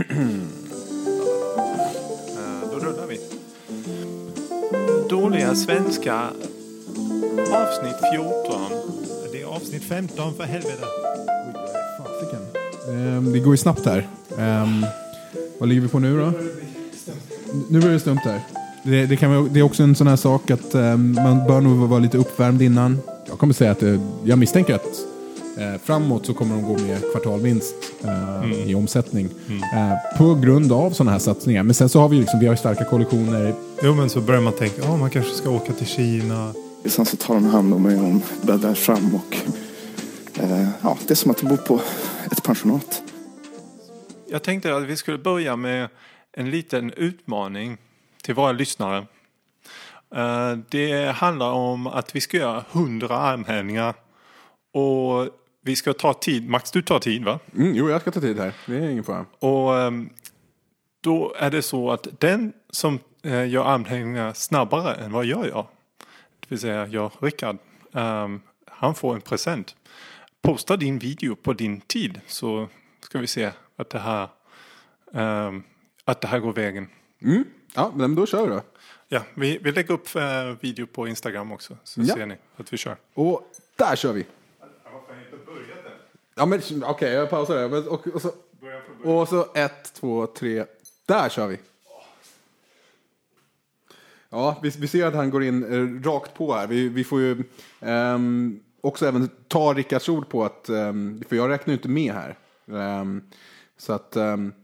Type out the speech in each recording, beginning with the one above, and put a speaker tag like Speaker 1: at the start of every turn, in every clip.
Speaker 1: Då rullar vi. Dåliga svenska. Avsnitt 14. Det är avsnitt 15 för helvete.
Speaker 2: Det går ju snabbt här. Vad ligger vi på nu då? Nu blir det stumt här. Det är också en sån här sak att man bör nog vara lite uppvärmd innan. Jag kommer säga att jag misstänker att framåt så kommer de gå med kvartalvinst i omsättning på grund av sådana här satsningar. Men sen så har vi har starka kollektioner.
Speaker 1: Jo, men så börjar man tänka, man kanske ska åka till Kina.
Speaker 3: Sen så tar de hand om mig och bäddar fram och det är som att bo på ett pensionat.
Speaker 1: Jag tänkte att vi skulle börja med en liten utmaning till våra lyssnare. Det handlar om att vi ska göra 100 armhävningar. Och vi ska ta tid. Max, du tar tid, va?
Speaker 2: Jo, jag ska ta tid här. Det är ingen fara.
Speaker 1: Och då är det så att den som gör armhävningar snabbare än vad jag gör, det vill säga jag, Rickard, han får en present. Posta din video på din tid, så ska vi se att det här går vägen.
Speaker 2: Ja, men då kör vi då.
Speaker 1: Ja, vi lägger upp video på Instagram också, så ser ni att vi kör.
Speaker 2: Och där kör vi. Ja, men okej, jag pausar det. Och så 1, 2, 3. Där kör vi. Ja, vi ser att han går in rakt på här. Vi får ju också även ta Rickards ord på att, för jag räknar ju inte med här. Så att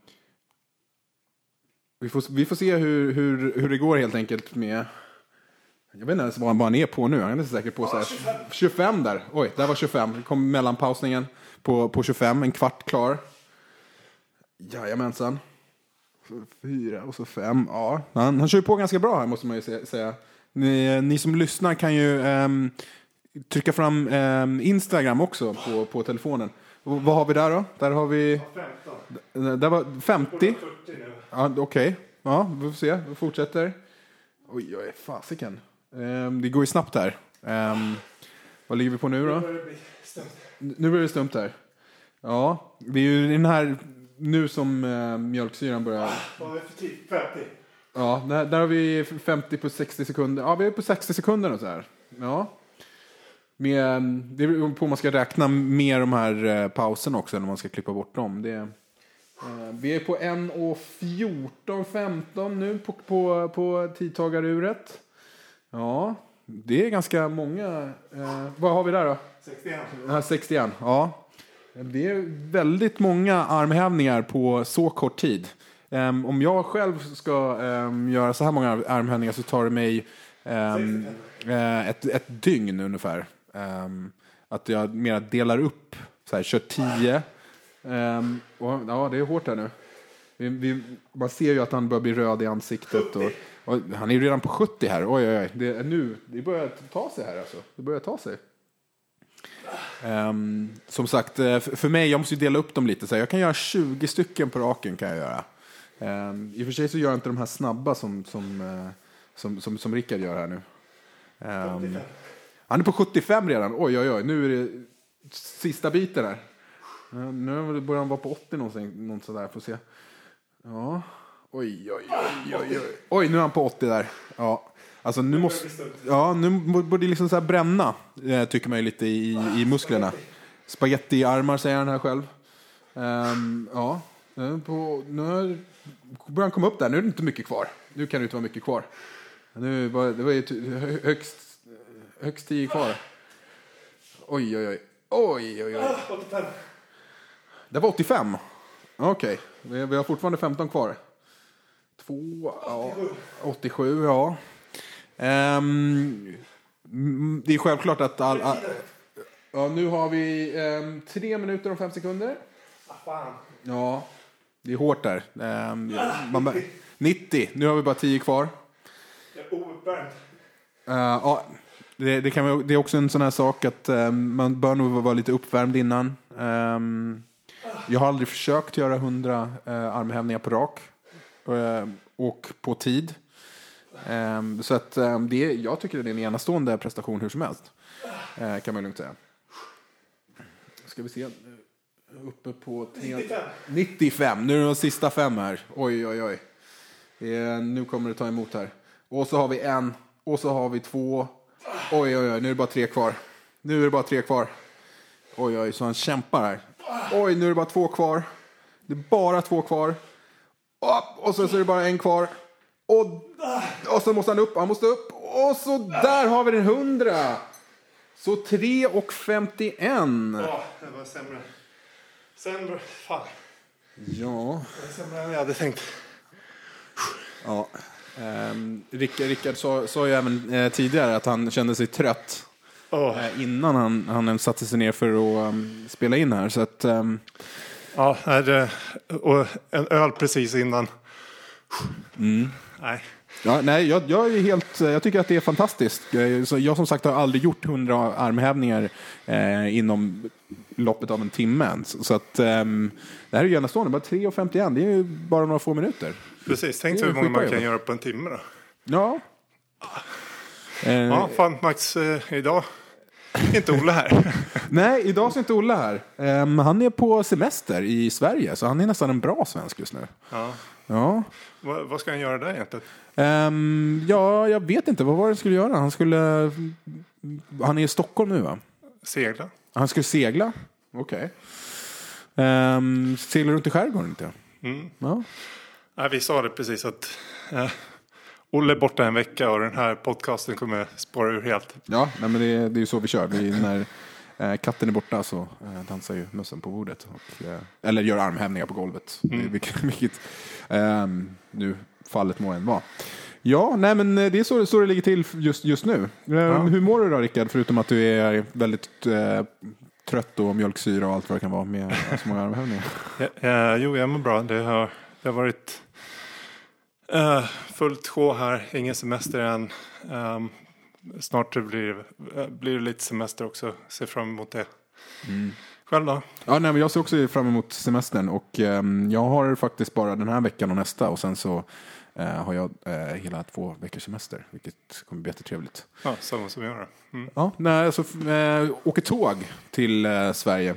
Speaker 2: vi får se hur det går helt enkelt med. Jag vet inte ens vad han är på nu. Han är inte säkert på så här 25 där. Oj, där var 25. Det kom mellanpausningen på 25. En kvart klar. Jajamensan. 4 och så 5. Ja, han kör på ganska bra här, måste man ju säga. Ni som lyssnar kan ju trycka fram Instagram också på telefonen. Och vad har vi där då? Där har vi 15. Där var 50. Ja, okej. Ja, vi får se. Vi fortsätter. Oj, fasiken. Det går ju snabbt här. Vad ligger vi på nu då? Nu blir det stumt här. Ja, det är ju den här nu som mjölksyran börjar.
Speaker 1: Vad är det för tid? 50.
Speaker 2: Ja, där har vi 50 på 60 sekunder. Ja, vi är på 60 sekunder och så här. Ja. Men det är på om man ska räkna med de här pauserna också, när man ska klippa bort dem. Vi är på 1:14:15 nu på tidtagaruret. Ja, det är ganska många. Vad har vi där då?
Speaker 1: 61.
Speaker 2: 61, ja. Det är väldigt många armhävningar på så kort tid. Om jag själv ska göra så här många armhävningar så tar det mig ett dygn ungefär. Att jag mer delar upp så här, kör 10. Och, ja, det är hårt här nu. Man ser ju att han börjar bli röd i ansiktet. Och han är ju redan på 70 här. Oj. Det börjar ta sig här alltså. Det börjar ta sig. Som sagt, för mig, jag måste ju dela upp dem lite. Så jag kan göra 20 stycken på raken kan jag göra. I och för sig så gör jag inte de här snabba som Rickard gör här nu. Han är på 75 redan. Oj. Nu är det sista biten här. Nu börjar han vara på 80 någon sådär. Får se. Ja. Oj. Oj, nu är han på 80 där. Ja. Alltså nu borde det liksom så här bränna, tycker man ju lite i musklerna. Spaghetti i armar, säger han här själv. Ja. Nu börjar han komma upp där. Nu är det inte mycket kvar. Nu kan det inte vara mycket kvar. Det var ju högst 10 kvar. Oj.
Speaker 1: 85.
Speaker 2: Det var 85. Okej. Vi har fortfarande 15 kvar. 87, ja. Det är självklart att nu har vi 3 minuter och 5 sekunder. Ja, det är hårt där. 90. Nu har vi bara 10 kvar.
Speaker 1: Jag är ouppvärmd.
Speaker 2: Ja, det är också en sån här sak att man bör nog vara lite uppvärmd innan. Jag har aldrig försökt göra 100 armhävningar på rak och på tid. Så att jag tycker det är en enastående prestation hur som helst. Kan man lugnt säga. Ska vi se. Uppe på 95. Nu är det de sista 5 här. Oj. Nu kommer det ta emot här. Och så har vi 1. Och så har vi 2. Oj. Nu är det bara 3 kvar. Oj, så han kämpar här. Oj, nu är det bara 2 kvar. Det är bara 2 kvar. Och så är det bara 1 kvar. Och så måste han upp. Och så där har vi den 100. Så 3,51.
Speaker 1: Ja, det var sämre. Fan.
Speaker 2: Ja.
Speaker 1: Det var sämre än jag hade tänkt.
Speaker 2: Ja. Rickard sa ju även tidigare att han kände sig trött innan han satte sig ner för att spela in här. Så att,
Speaker 1: ja, och en öl precis innan. Nej.
Speaker 2: Ja, nej, jag är jag tycker att det är fantastiskt. Jag som sagt har aldrig gjort 100 armhävningar inom loppet av en timme. Så att det här är ju enastående. Bara 3,51, det är ju bara några få minuter.
Speaker 1: Precis, tänk hur många man kan göra på en timme då.
Speaker 2: Ja.
Speaker 1: Ja, fan Max, idag är inte Olle här.
Speaker 2: Nej, idag är inte Olle här. Han är på semester i Sverige, så han är nästan en bra svensk just nu. Ja.
Speaker 1: Vad ska han göra där egentligen?
Speaker 2: Ja, jag vet inte. Vad var det han skulle göra? Han är i Stockholm nu, va?
Speaker 1: Segla.
Speaker 2: Han skulle segla? Okej. Seglar runt i skärgården inte? Ja.
Speaker 1: Nej, vi sa det precis att Olle är borta en vecka och den här podcasten kommer spåra ur helt.
Speaker 2: Ja, nej, men det är ju så vi kör. När katten är borta så dansar ju mössen på bordet. Eller gör armhävningar på golvet. Vilket nu fallet må än vara. Ja, nej, men det är så det ligger till just nu. Hur mår du då, Rickard? Förutom att du är väldigt trött och mjölksyra och allt vad det kan vara med så många armhävningar.
Speaker 1: Jo, jag mår bra. Det har varit fullt sjå här. Ingen semester än. Snart blir det lite semester också. Ser fram emot det. Själv då? Ja,
Speaker 2: nej, men jag ser också fram emot semestern. Och jag har faktiskt bara den här veckan och nästa. Och sen så har jag hela 2 veckors semester. Vilket kommer bli jättetrevligt.
Speaker 1: Ja, samma som jag då.
Speaker 2: Ja, nej, alltså, åker tåg till Sverige.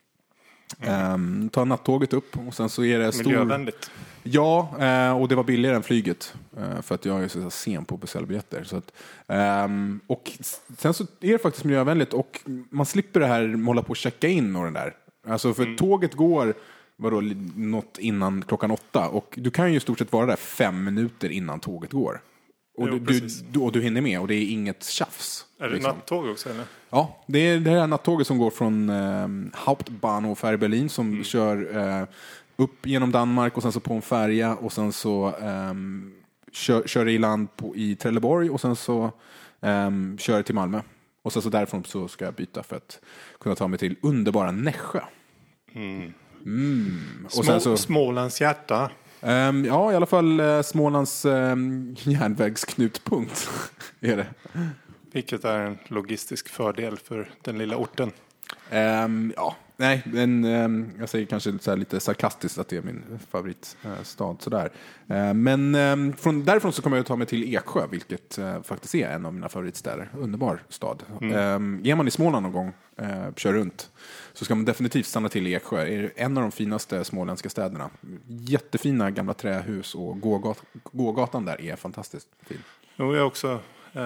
Speaker 2: Tar nattåget upp. Och sen så är det
Speaker 1: miljövänligt.
Speaker 2: Ja, och det var billigare än flyget. För att jag är så sen på beställbiljetter. Så att, och sen så är det faktiskt miljövänligt. Och man slipper det här hålla på att checka in och den där. Alltså för tåget går något innan klockan 8. Och du kan ju i stort sett vara där 5 minuter innan tåget går. Och du hinner med och det är inget tjafs.
Speaker 1: Är det nattåg också eller?
Speaker 2: Ja, det är det här nattåget som går från Hauptbahnhof här i Berlin som kör upp genom Danmark och sen så på en färja och sen så kör i land i Trelleborg och sen så kör till Malmö. Och sen så därifrån så ska jag byta för att kunna ta mig till underbara Nässjö. Och sen så
Speaker 1: Smålands hjärta.
Speaker 2: Ja, i alla fall Smålands järnvägsknutpunkt är det.
Speaker 1: Vilket är en logistisk fördel för den lilla orten.
Speaker 2: Ja, nej, men jag säger kanske så här lite sarkastiskt att det är min favoritstad sådär. Men därifrån så kommer jag ta mig till Eksjö, vilket faktiskt är en av mina favoritstäder. Underbar stad. Är man i Småland någon gång, kör runt, så ska man definitivt stanna till i Eksjö. Det är en av de finaste småländska städerna. Jättefina gamla trähus och gågatan där är fantastiskt fin.
Speaker 1: Jo, jag har också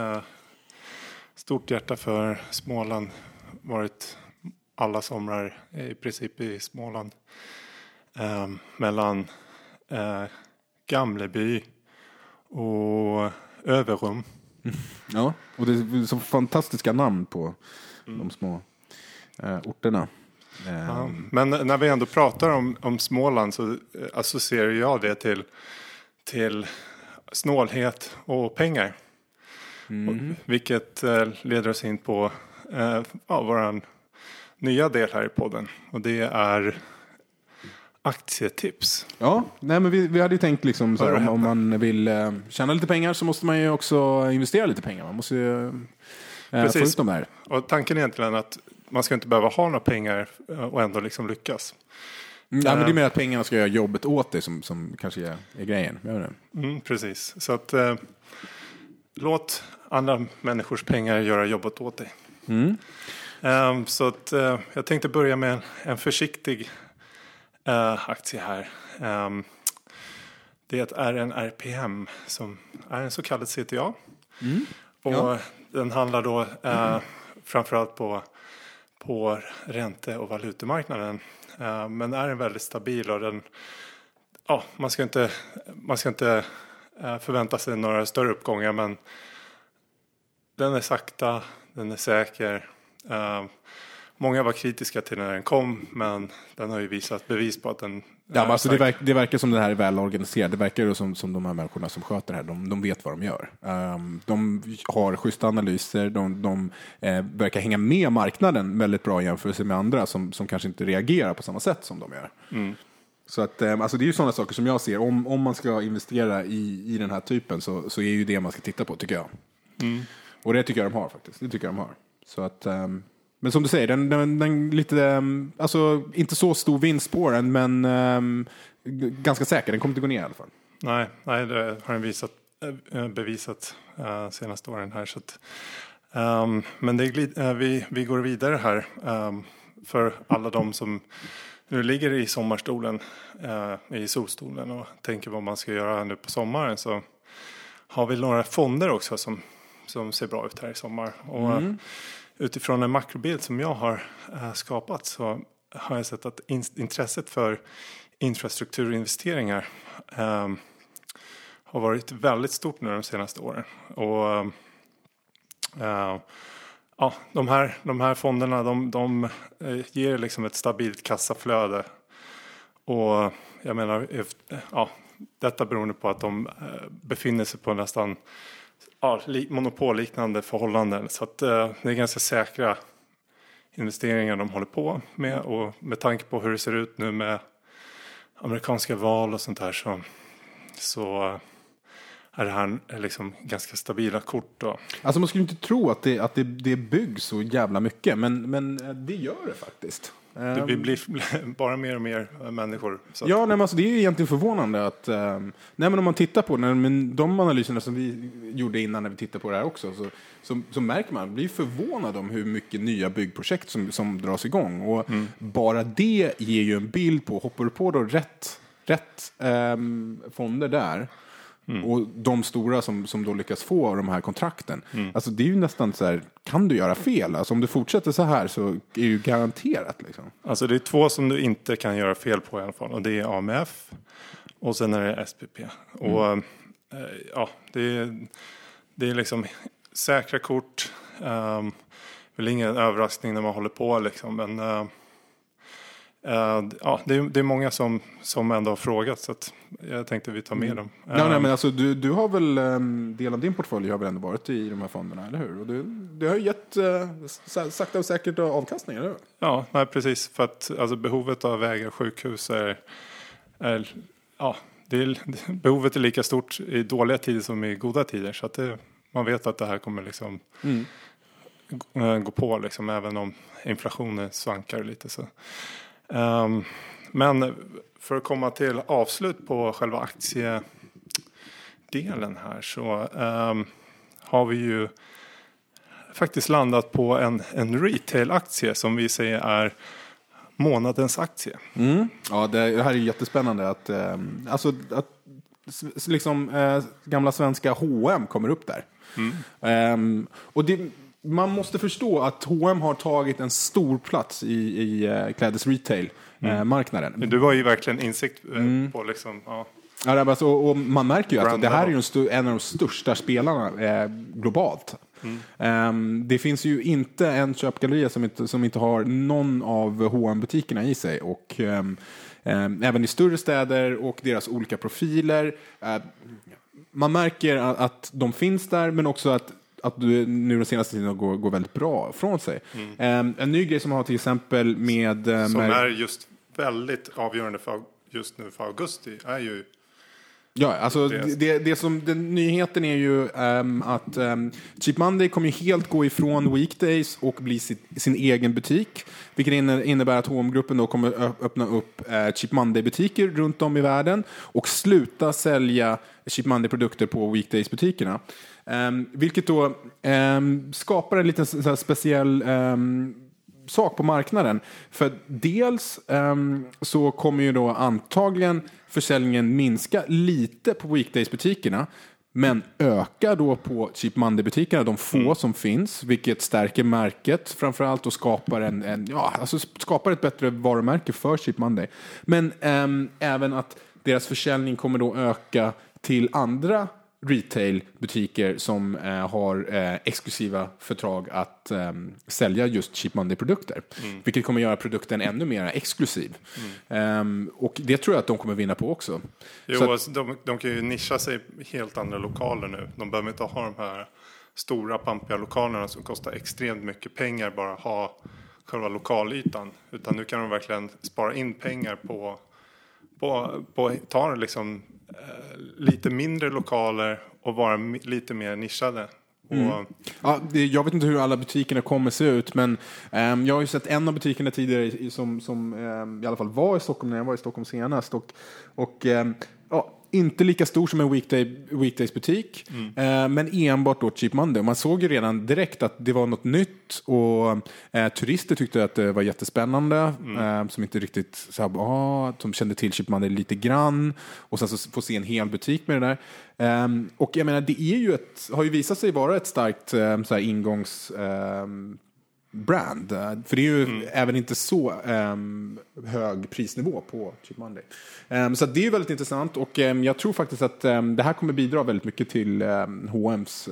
Speaker 1: stort hjärta för Småland. Varit alla somrar i princip i Småland. Mellan Gamleby och Överum.
Speaker 2: Ja, och det är så fantastiska namn på de små orterna.
Speaker 1: Ja, men när vi ändå pratar om Småland så associerar jag det till snålhet och pengar. Vilket leder oss in på våran nya del här i podden. Och det är aktietips.
Speaker 2: Ja, nej, men vi hade ju tänkt liksom så här, om man vill tjäna lite pengar så måste man ju också investera lite pengar. Man måste ju få ut dem där.
Speaker 1: Och tanken är egentligen att man ska inte behöva ha några pengar och ändå liksom lyckas.
Speaker 2: Ja, men det är mer att pengarna ska göra jobbet åt dig som kanske är grejen.
Speaker 1: Precis. Så att låt andra människors pengar göra jobbet åt dig. Så att, jag tänkte börja med en försiktig aktie här. Det är en RPM som är en så kallad CTA. Och den handlar då framförallt på ränte- och valutemarknaden. Men är en väldigt stabil och den, man ska inte förvänta sig några större uppgångar, men den är sakta, den är säker. Många var kritiska till när den kom, men den har ju visat bevis på att den
Speaker 2: alltså det verkar som det här är väl organiserat. Det verkar ju som de här människorna som sköter det här, de vet vad de gör. De har schyssta analyser, de verkar hänga med marknaden väldigt bra i jämförelse med andra som kanske inte reagerar på samma sätt som de gör. Så att, alltså det är ju sådana saker som jag ser. Om man ska investera i den här typen så är ju det man ska titta på, tycker jag. Och det tycker jag de har faktiskt. Det tycker jag de har. Så att, men som du säger, den lite, alltså inte så stor vinst på den, men ganska säker. Den kommer inte gå ner i alla fall.
Speaker 1: Nej, det har den bevisat senaste åren här. Så att, men vi går vidare här för alla de som nu ligger i sommarstolen, i solstolen och tänker vad man ska göra nu på sommaren, så har vi några fonder också som ser bra ut här i sommar. Och utifrån en makrobild som jag har skapat så har jag sett att intresset för infrastrukturinvesteringar har varit väldigt stort nu de senaste åren. Och de här fonderna de ger liksom ett stabilt kassaflöde. Och jag menar, detta beroende på att de befinner sig på nästan monopolliknande förhållanden. Så att det är ganska säkra investeringar de håller på med. Och med tanke på hur det ser ut nu med amerikanska val och sånt här, så är det här liksom ganska stabila kort då.
Speaker 2: Alltså man skulle inte tro att det byggs så jävla mycket, men det gör det faktiskt.
Speaker 1: Det blir bara mer och mer människor. Så
Speaker 2: ja, nej, men alltså, det är ju egentligen förvånande att men om man tittar på de analyserna som vi gjorde innan när vi tittade på det här också, så märker man, blir förvånad om hur mycket nya byggprojekt som dras igång. Och bara det ger ju en bild på, hoppar du på då rätt fonder där, och de stora som då lyckas få de här kontrakten. Alltså det är ju nästan så här, kan du göra fel? Alltså om du fortsätter så här så är det ju garanterat liksom. Alltså
Speaker 1: det är två som du inte kan göra fel på i alla fall. Och det är AMF och sen är det SPP. Och det är liksom säkra kort. Väl ingen överraskning när man håller på liksom. Men det är många som ändå har frågat, så att jag tänkte vi tar med dem.
Speaker 2: Nej, men alltså du har väl del av din portfölj har väl ändå varit i de här fonderna, eller hur? Och du har ju gett sakta och säkert avkastning, eller hur?
Speaker 1: Ja, nej, precis. För att alltså, behovet av vägar och sjukhus behovet är lika stort i dåliga tider som i goda tider. Så att man vet att det här kommer liksom gå på liksom, även om inflationen svankar lite så. Men för att komma till avslut på själva aktiedelen här, så har vi ju faktiskt landat på en retail-aktie som vi säger är månadens aktie.
Speaker 2: Ja, det här är jättespännande att gamla svenska H&M kommer upp där. Och man måste förstå att H&M har tagit en stor plats i klädes retail-marknaden.
Speaker 1: Du har ju verkligen insikt på liksom... Ja.
Speaker 2: Ja, alltså, och man märker ju att det här är en av de största spelarna globalt. Det finns ju inte en köpgalleria som inte har någon av H&M-butikerna i sig. Och även i större städer och deras olika profiler. Man märker att de finns där, men också att du nu den senaste tiden går väldigt bra från sig. En ny grej som har till exempel med...
Speaker 1: Som är just väldigt avgörande för just nu för augusti är ju...
Speaker 2: Ja, alltså den nyheten är ju att Cheap Monday kommer ju helt gå ifrån weekdays och bli sin egen butik. Vilket innebär att H&M-gruppen då kommer öppna upp Cheap Monday-butiker runt om i världen och sluta sälja Cheap Monday-produkter på weekdays-butikerna. Vilket då skapar en liten så här speciell sak på marknaden. För dels så kommer ju då antagligen försäljningen minska lite på weekdays-butikerna. Men öka då på Cheap Monday-butikerna, de få som finns, vilket stärker märket framförallt och skapar skapar ett bättre varumärke för Cheap Monday. Men även att deras försäljning kommer då öka till andra retail-butiker som har exklusiva fördrag att sälja just Cheap Monday-produkter. Vilket kommer göra produkten ännu mer exklusiv. Och det tror jag att de kommer vinna på också.
Speaker 1: Jo, alltså, de kan ju nischa sig helt andra lokaler nu. De behöver inte ha de här stora pampiga lokalerna som kostar extremt mycket pengar bara ha själva lokalytan. Utan nu kan de verkligen spara in pengar på ta liksom lite mindre lokaler och vara lite mer nischade.
Speaker 2: Ja, jag vet inte hur alla butikerna kommer se ut, men jag har ju sett en av butikerna tidigare som i alla fall var i Stockholm när jag var i Stockholm senast och inte lika stor som en weekdays-butik, men enbart då Cheap Monday. Man såg ju redan direkt att det var något nytt och turister tyckte att det var jättespännande, som inte riktigt som kände till Cheap Monday lite grann och sen så få se en hel butik med det där. Och jag menar, det är ju har ju visat sig vara ett starkt så här ingångs brand. För det är ju även inte så hög prisnivå på Cheap Monday. Så det är ju väldigt intressant och jag tror faktiskt att det här kommer bidra väldigt mycket till H&M's.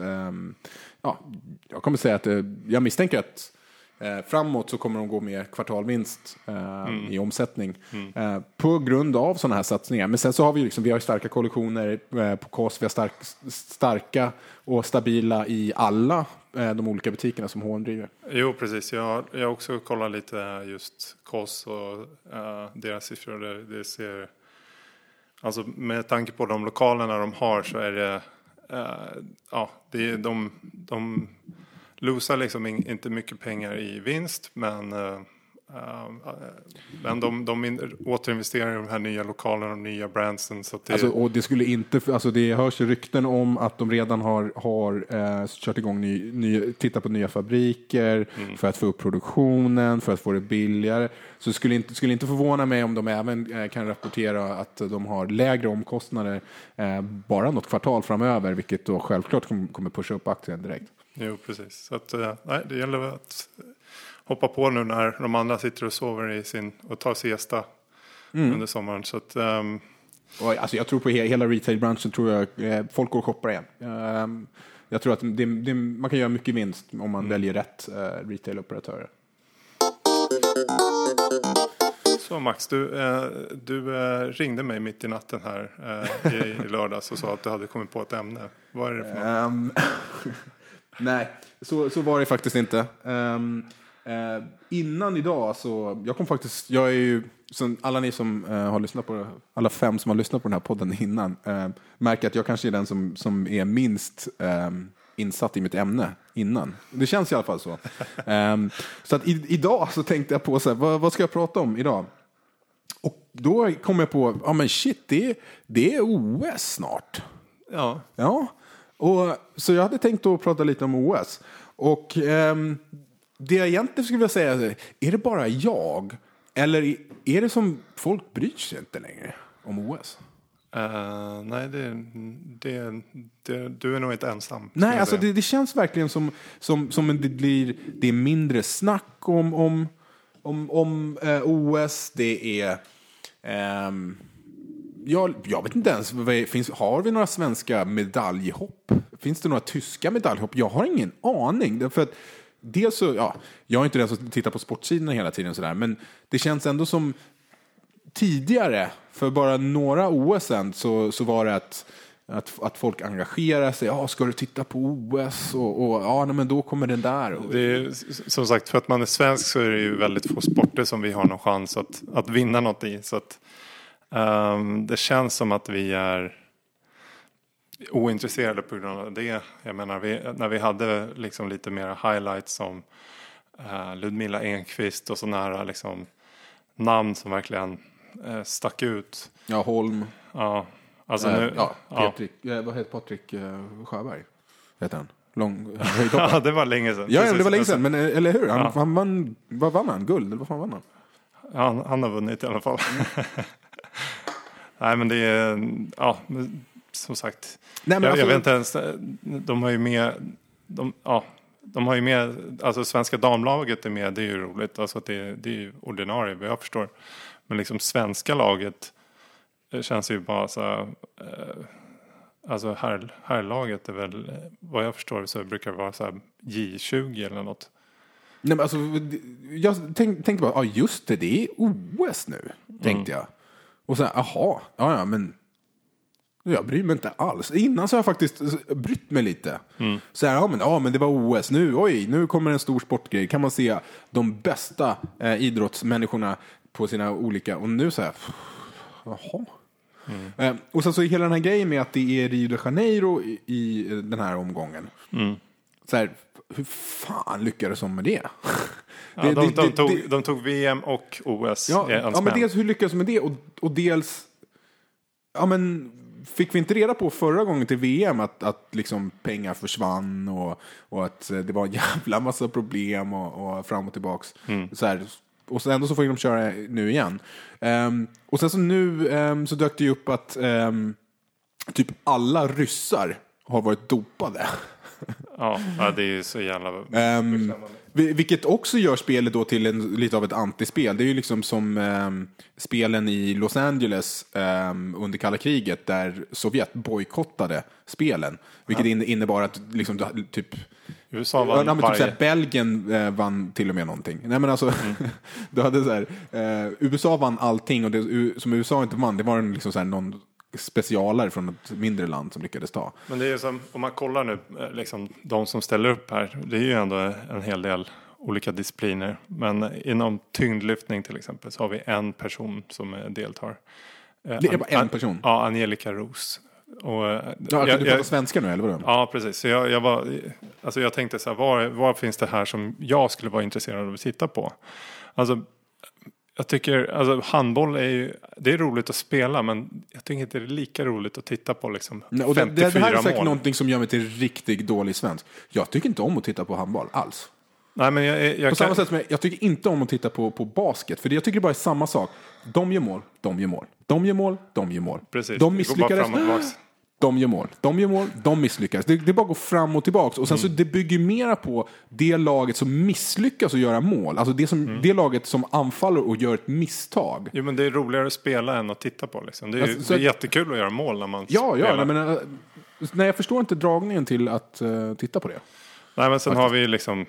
Speaker 2: Jag kommer säga att jag misstänker att framåt så kommer de gå med kvartalvinst i omsättning på grund av sådana här satsningar. Men sen så har vi har starka kollektioner på KOS, vi har starka och stabila i alla de olika butikerna som H&M driver.
Speaker 1: Jo, precis. Jag också kollar lite just KOS och deras siffror. Det ser, alltså med tanke på de lokalerna de har så är det de losar liksom inte mycket pengar i vinst, men de återinvesterar i de här nya lokalerna och nya brandsen. Så att
Speaker 2: och det skulle inte, alltså det hörs ju rykten om att de redan har kört igång tittat på nya fabriker för att få upp produktionen, för att få det billigare. Så skulle inte förvåna mig om de även kan rapportera att de har lägre omkostnader bara något kvartal framöver, vilket då självklart kommer pusha upp aktien direkt.
Speaker 1: Jo, precis. Så att, det gäller att hoppa på nu när de andra sitter och sover och tar siesta under sommaren. Så att,
Speaker 2: alltså jag tror på hela retailbranschen, tror jag folk går och shoppar igen. Jag tror att man kan göra mycket vinst om man väljer rätt retailoperatörer.
Speaker 1: Så Max, du ringde mig mitt i natten här i lördags och sa att du hade kommit på ett ämne. Vad är det för något?
Speaker 2: Nej, så var det faktiskt inte. Innan idag så jag är ju som alla ni som har lyssnat på, alla 5 som har lyssnat på den här podden innan, märker att jag kanske är den som är minst insatt i mitt ämne innan. Det känns i alla fall så. Så att idag så tänkte jag på så här, vad ska jag prata om idag? Och då kom jag på, men shit, det är OS snart. Ja. Och så jag hade tänkt att prata lite om OS. Och det jag egentligen skulle vilja säga är det bara jag? Eller är det som folk bryr sig inte längre om OS?
Speaker 1: Nej, du är nog inte ensam.
Speaker 2: Nej, alltså det känns verkligen som det är mindre snack om OS. Det är... Jag vet inte ens, har vi några svenska medaljhopp? Finns det några tyska medaljhopp? Jag har ingen aning. För att dels så, jag är inte den som tittar på sportsidorna hela tiden sådär, men det känns ändå som tidigare, för bara några OS sedan, så var det att folk engagerar sig. Ska du titta på OS? Men då kommer den där.
Speaker 1: Det är, som sagt, för att man är svensk så är det ju väldigt få sporter som vi har någon chans att vinna något i. Så att det känns som att vi är ointresserade på grund av det. Jag menar, när vi hade liksom lite mer highlights som Ludmilla Enqvist och sådana här liksom namn som verkligen stack ut.
Speaker 2: Ja, Holm.
Speaker 1: Ja, alltså nu.
Speaker 2: Patrik, vad heter Patrik Sjöberg? Heter han? höjdhoppare.
Speaker 1: Ja, det var länge sedan.
Speaker 2: Ja, det var länge sedan, men eller hur? Han vann, vad vann han? Guld, eller vad fan vann han?
Speaker 1: Ja, han har vunnit i alla fall. Nej, men det är, ja, som sagt. Nej, men jag vet inte ens, de har ju med, alltså svenska damlaget är med, det är ju roligt. Alltså att det är ju ordinarie, vad jag förstår. Men liksom svenska laget känns ju bara så alltså herrlaget är väl, vad jag förstår så brukar det vara så här J20 eller något.
Speaker 2: Nej, men alltså, jag tänkte bara, ja just det är OS nu, tänkte jag. Och sen, ja, men jag bryr mig inte alls. Innan så har jag faktiskt brytt mig lite. Så här, men det var OS nu kommer en stor sportgrej. Kan man se de bästa idrottsmänniskorna på sina olika, och nu så här, jaha. Och sen så är hela den här grejen med att det är Rio de Janeiro i den här omgången. Så här, hur fan lyckades de med det?
Speaker 1: Ja, de tog VM och OS.
Speaker 2: Ja, men dels hur lyckades de med det, och dels, ja men fick vi inte reda på förra gången till VM att liksom pengar försvann och att det var en jävla massa problem och fram och tillbaks. Så här, och så ändå så får de köra nu igen. Och sen så nu så dök det ju upp att typ alla ryssar har varit dopade.
Speaker 1: Ja, det är ju så jävla...
Speaker 2: vilket också gör spelet då till lite av ett antispel. Det är ju liksom som spelen i Los Angeles under kalla kriget där Sovjet bojkottade spelen. Vilket innebar att liksom, typ...
Speaker 1: USA vann
Speaker 2: typ såhär, Belgien vann till och med någonting. Nej, men alltså, du hade så här, USA vann allting, och det som USA inte vann, det var en liksom så här, någon specialare från ett mindre land som lyckades ta.
Speaker 1: Men det är ju som, om man kollar nu, liksom, de som ställer upp här, det är ju ändå en hel del olika discipliner. Men inom tyngdlyftning till exempel så har vi en person som deltar.
Speaker 2: Det är bara en person?
Speaker 1: Ja, Angelica Roos. Och,
Speaker 2: du pratar svenska nu, eller vad?
Speaker 1: Ja, precis. Så jag tänkte så här, var finns det här som jag skulle vara intresserad av att titta på? Alltså, jag tycker, alltså handboll det är roligt att spela, men jag tycker inte det är lika roligt att titta på liksom 54 mål.
Speaker 2: Det här är säkert någonting som gör mig till riktigt dålig svensk. Jag tycker inte om att titta på handboll alls.
Speaker 1: Nej, men jag
Speaker 2: på samma sätt som jag tycker inte om att titta på basket, för jag tycker det bara är samma sak. De gör mål, de gör mål. De gör mål, de gör mål.
Speaker 1: Precis.
Speaker 2: De misslyckades. De gör mål, de misslyckas. Det bara går fram och tillbaka. Och sen så det bygger mera på det laget som misslyckas att göra mål. Alltså det laget som anfaller och gör ett misstag.
Speaker 1: Jo, men det är roligare att spela än att titta på. Liksom. Det är jättekul att göra mål när man
Speaker 2: spelar. Ja, men nej, jag förstår inte dragningen till att titta på det.
Speaker 1: Nej, men sen har vi liksom...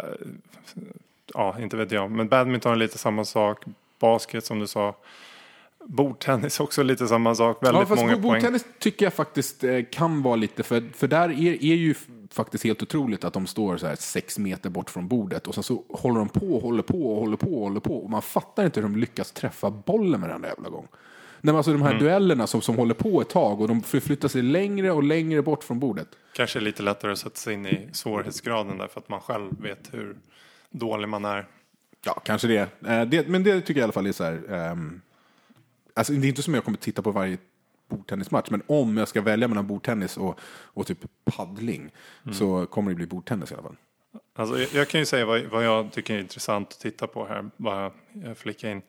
Speaker 1: inte vet jag. Men badminton är lite samma sak. Basket, som du sa. Bordtennis också lite samma sak. Väldigt många poäng.
Speaker 2: Bordtennis tycker jag faktiskt kan vara lite, för där är ju faktiskt helt otroligt att de står så här 6 meter bort från bordet, och sen så håller de på och man fattar inte hur de lyckas träffa bollen med den där jävla gång. Nej, men alltså de här duellerna som håller på ett tag, och de förflyttar sig längre och längre bort från bordet.
Speaker 1: Kanske lite lättare att sätta sig in i svårighetsgraden där, för att man själv vet hur dålig man är.
Speaker 2: Ja, kanske det. Men det tycker jag i alla fall är så här... Alltså det är inte som jag kommer titta på varje bordtennismatch, men om jag ska välja mellan bordtennis och typ paddling så kommer det bli bordtennis i alla fall.
Speaker 1: Alltså jag kan ju säga vad jag tycker är intressant att titta på här, bara flika in.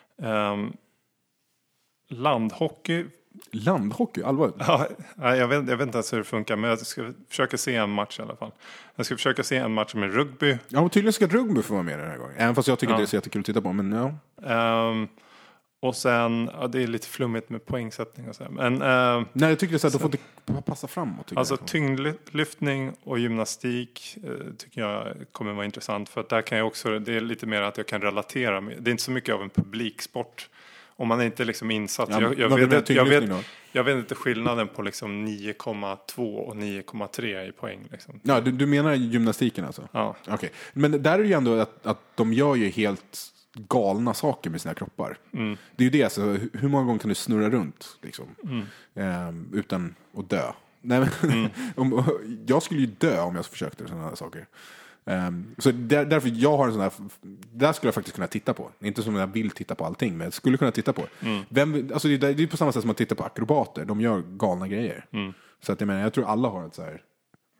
Speaker 1: Landhockey.
Speaker 2: Landhockey, allvarligt?
Speaker 1: Ja, jag vet inte ens hur det funkar, men jag ska försöka se en match i alla fall. Jag ska försöka se en match med rugby.
Speaker 2: Ja, och tydligen ska rugby få vara med den här gången. Även fast jag tycker det är så jättekul att titta på, men ja.
Speaker 1: Och sen, det är lite flummigt med poängsättning och så här. Men,
Speaker 2: nej, jag tycker det är så att de får passa framåt.
Speaker 1: Alltså tyngdlyftning och gymnastik tycker jag kommer vara intressant. För att där kan jag också, det är lite mer att jag kan relatera med. Det är inte så mycket av en publiksport. Om man är inte liksom insatt.
Speaker 2: Ja,
Speaker 1: jag vet inte skillnaden på liksom 9,2 och 9,3 i poäng. Liksom.
Speaker 2: Ja, du menar gymnastiken alltså?
Speaker 1: Ja.
Speaker 2: Okay. Men där är det ju ändå att de gör ju helt galna saker med sina kroppar. Det är ju det, alltså, hur många gånger kan du snurra runt liksom, utan att dö? Nej, jag skulle ju dö om jag försökte sådana här saker. Så därför jag har en sån här, där skulle jag faktiskt kunna titta på. Inte som jag vill titta på allting, men jag skulle kunna titta på. Alltså det är på samma sätt som man tittar på akrobater. De gör galna grejer. Så att jag tror alla har ett så här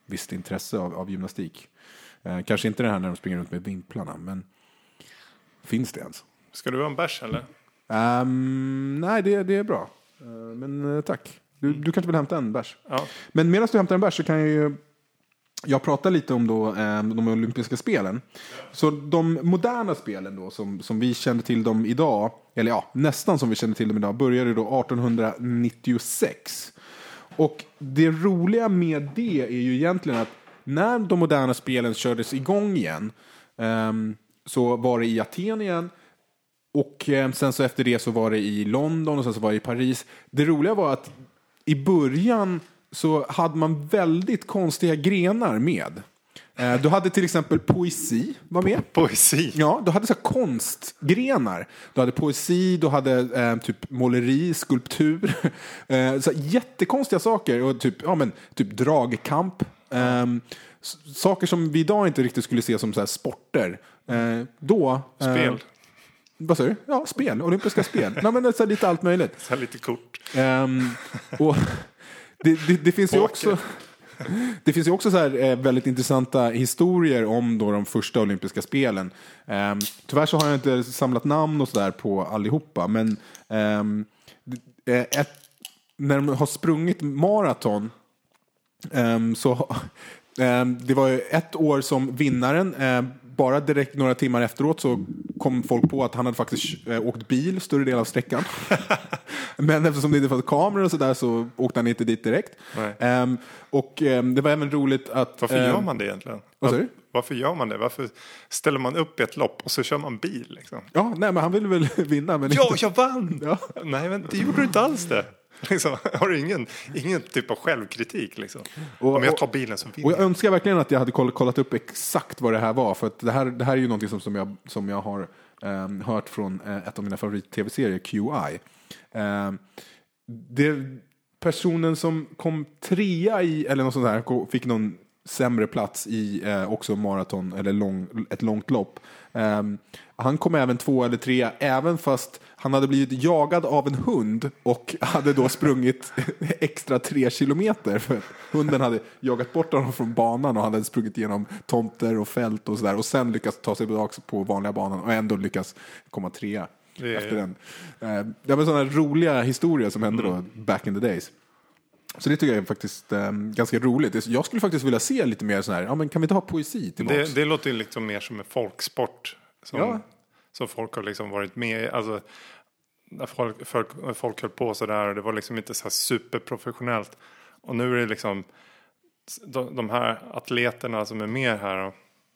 Speaker 2: visst intresse av gymnastik. Kanske inte det här när de springer runt med vimplarna, men finns det ens?
Speaker 1: Ska du ha en bärs eller?
Speaker 2: Nej, det är bra. Men tack. Du kanske vill hämta en bärs.
Speaker 1: Ja.
Speaker 2: Men medan du hämtar en bärs så kan jag prata lite om då, de olympiska spelen. Så de moderna spelen då, som vi känner till dem idag, eller ja, nästan som vi känner till dem idag, började då 1896. Och det roliga med det är ju egentligen att när de moderna spelen kördes igång igen, så var det i Aten igen. Och sen så efter det så var det i London och sen så var det i Paris. Det roliga var att i början så hade man väldigt konstiga grenar med. Du hade till exempel poesi var med.
Speaker 1: Poesi?
Speaker 2: Ja, du hade så här konstgrenar. Du hade poesi, du hade typ måleri, skulptur. Så jättekonstiga saker. Och typ dragkamp. Saker som vi idag inte riktigt skulle se som så här sporter.
Speaker 1: Spel.
Speaker 2: Vad säger du? Ja, spel. Olympiska spel. Nej, men det är lite allt möjligt.
Speaker 1: Så lite kort.
Speaker 2: Och det finns ju också... Det finns ju också så här väldigt intressanta historier om då de första olympiska spelen. Tyvärr så har jag inte samlat namn och så där på allihopa. Men när de har sprungit maraton så... det var ju ett år som vinnaren, bara direkt några timmar efteråt så kom folk på att han hade faktiskt åkt bil större del av sträckan. Men eftersom det inte fanns kameror och sådär så åkte han inte dit direkt. Och det var även roligt att...
Speaker 1: Varför gör man det egentligen?
Speaker 2: Vad säger du?
Speaker 1: Varför gör man det? Varför ställer man upp i ett lopp och så kör man bil liksom?
Speaker 2: Ja, nej, men han ville väl vinna. Men
Speaker 1: ja,
Speaker 2: inte...
Speaker 1: jag vann!
Speaker 2: Ja.
Speaker 1: Nej, men det gjorde du inte alls det. Liksom, har du ingen typ av självkritik liksom? Om jag tar bilen så vinner.
Speaker 2: Och jag önskar verkligen att jag hade kollat upp exakt vad det här var. För att det här är ju någonting som jag har hört från ett av mina favorit-tv-serier, QI. Personen som kom 3 i, eller något sånt där, fick någon sämre plats i också maraton eller ett långt lopp. Han kom även 2 eller 3, även fast han hade blivit jagad av en hund och hade då sprungit extra 3 kilometer för hunden hade jagat bort honom från banan och han hade sprungit igenom tomter och fält och sådär och sen lyckats ta sig tillbaka på vanliga banan och ändå lyckas komma 3 efter den. Det var sådana roliga historier som hände då back in the days. Så det tycker jag är faktiskt ganska roligt. Jag skulle faktiskt vilja se lite mer sån här, ja men kan vi inte ha poesi tillbaka?
Speaker 1: Det låter ju liksom mer som en folksport som folk har liksom varit med i. Alltså, när folk höll på så där och det var liksom inte så här superprofessionellt. Och nu är det liksom de här atleterna som är med här,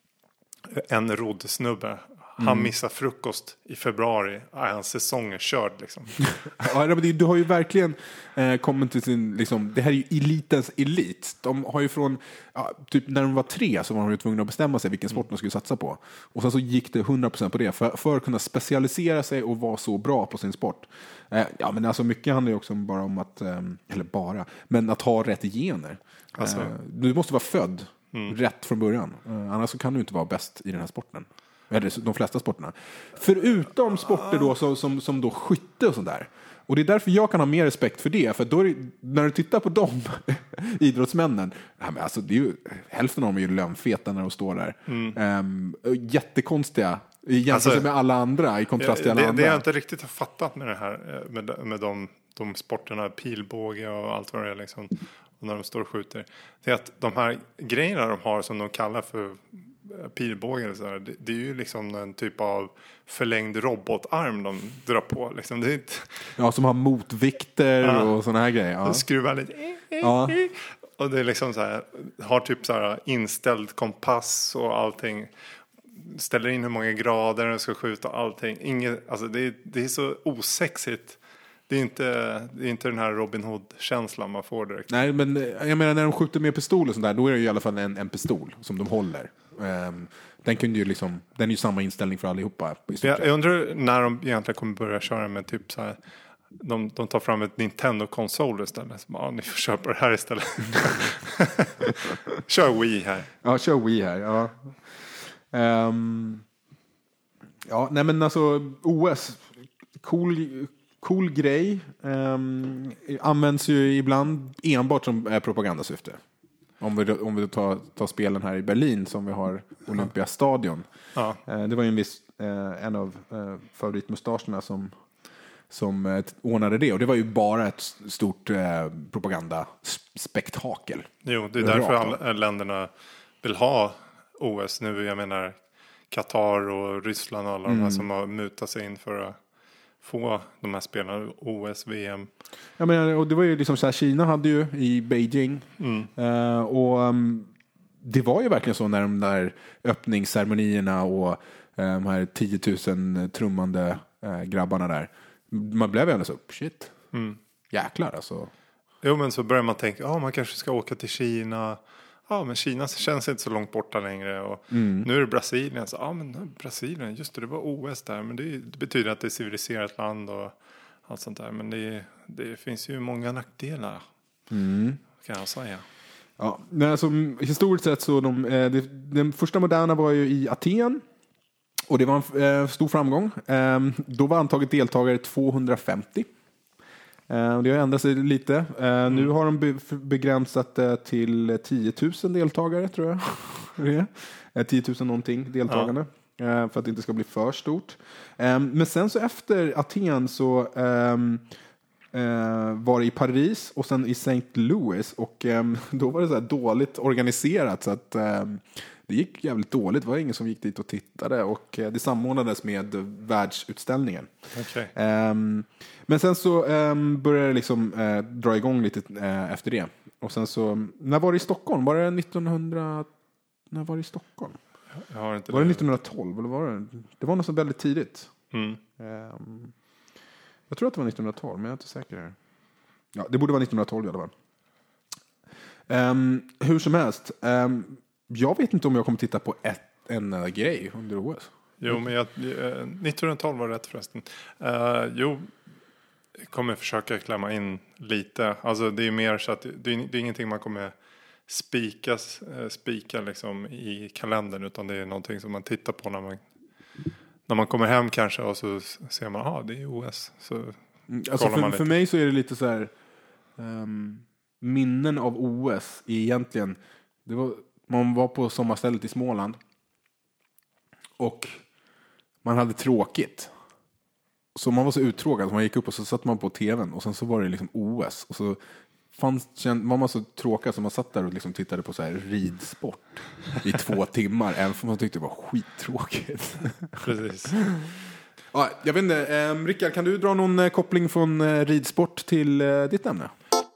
Speaker 1: en roddsnubbe. Han missar frukost i februari. Hans säsong är körd liksom.
Speaker 2: Ja, du har ju verkligen kommit till sin liksom, det här är ju elitens elit. De har ju från typ när de var 3 så var de ju tvungna att bestämma sig vilken sport de skulle satsa på. Och sen så gick det 100% på det för att kunna specialisera sig och vara så bra på sin sport. Ja, men alltså mycket handlar ju också bara om att men att ha rätt gener. Alltså. Du måste vara född rätt från början. Annars så kan du inte vara bäst i den här sporten. Eller de flesta sporterna. Förutom sporter då som då skytte och sånt där. Och det är därför jag kan ha mer respekt för det. För då är det, när du tittar på de idrottsmännen. Alltså det är ju, hälften av dem är ju lömfeta när de står där. Jättekonstiga. Jämfört med alla andra. I kontrast till alla andra.
Speaker 1: Det jag inte riktigt har fattat med det här. Med de sporterna. Pilbåge och allt vad det är liksom. Och när de står och skjuter. Det är att de här grejerna de har som de kallar för pilbågar och så där, det är ju liksom en typ av förlängd robotarm de drar på liksom. Det är inte...
Speaker 2: Ja, som har motvikter och såna här grejer. Ja.
Speaker 1: Skruvar lite. Ja. Och det är liksom så här, har typ så här inställd kompass och allting. Ställer in hur många grader den ska skjuta allting. Alltså det är så osexigt. Det är inte den här Robin Hood-känslan man får direkt.
Speaker 2: Nej, men jag menar när de skjuter med pistol och sånt där, då är det ju i alla fall en pistol som de håller. Den är ju samma inställning för allihopa.
Speaker 1: Jag undrar när de egentligen kommer börja köra med typ så här. De tar fram ett Nintendo-konsol istället. Så, ni får köpa det här istället. Kör Wii här.
Speaker 2: Ja, kör Wii här. Ja. Ja, nej men alltså OS. Cool grej. Används ju ibland enbart som propagandasyfte. Om vi tar spelen här i Berlin som vi har Olympiastadion.
Speaker 1: Ja.
Speaker 2: Det var ju en av favoritmustascherna som ordnade det. Och det var ju bara ett stort propagandaspektakel.
Speaker 1: Jo, det är därför alla länderna vill ha OS nu. Jag menar Qatar och Ryssland och alla de här som har mutat sig in för att få de här spelarna, OS, VM.
Speaker 2: Ja, men, och det var ju liksom så här, Kina hade ju i Beijing. Det var ju verkligen så när de där öppningsceremonierna och de här 10 000 trummande grabbarna där. Man blev ju ändå så, shit. Jäklar alltså.
Speaker 1: Jo, men så börjar man tänka, man kanske ska åka till Kina. Ja, men Kina känns inte så långt borta längre. Och nu är det Brasilien. Så, men Brasilien, just det var OS där. Men det betyder att det är ett civiliserat land och allt sånt där. Men det finns ju många nackdelar. Kan jag säga.
Speaker 2: Ja, alltså, historiskt sett så den första moderna var ju i Aten. Och det var en stor framgång. Då var antaget deltagare 250. Det har ändrat sig lite. Nu har de begränsat det till 10 000 deltagare, tror jag. 10 000 någonting deltagande. För att det inte ska bli för stort. Men sen så efter Aten så var det i Paris och sen i St. Louis. Och då var det så här dåligt organiserat så att det gick jävligt dåligt. Det var ingen som gick dit och tittade. Och det samordnades med världsutställningen.
Speaker 1: Okay.
Speaker 2: Men sen så började det liksom dra igång lite efter det. Och sen så, när var det i Stockholm? Var det 1900... När var det i Stockholm?
Speaker 1: Jag har inte
Speaker 2: var det 1912? Eller var det? Det var något så väldigt tidigt. Jag tror att det var 1912, men jag är inte säker här. Ja, det borde vara 1912 i alla fall. Hur som helst. Jag vet inte om jag kommer titta på en grej under OS.
Speaker 1: Jo, men 1912 var rätt förresten. Jag kommer försöka klämma in lite. Alltså det är mer så att det är ingenting man kommer spika liksom i kalendern. Utan det är någonting som man tittar på när man kommer hem kanske. Och så ser man, det är OS. Så
Speaker 2: alltså för mig så är det lite så här minnen av OS egentligen. Man var på sommarstället i Småland. Och man hade tråkigt. Så man var så uttråkad. Så man gick upp och så satt man på tvn. Och sen så var det liksom OS. Och så var man så tråkad. Så man satt där och liksom tittade på så här ridsport. I 2 timmar. Även för man tyckte det var skittråkigt.
Speaker 1: Precis.
Speaker 2: Ja, jag vet inte. Rickard, kan du dra någon koppling från ridsport till ditt ämne?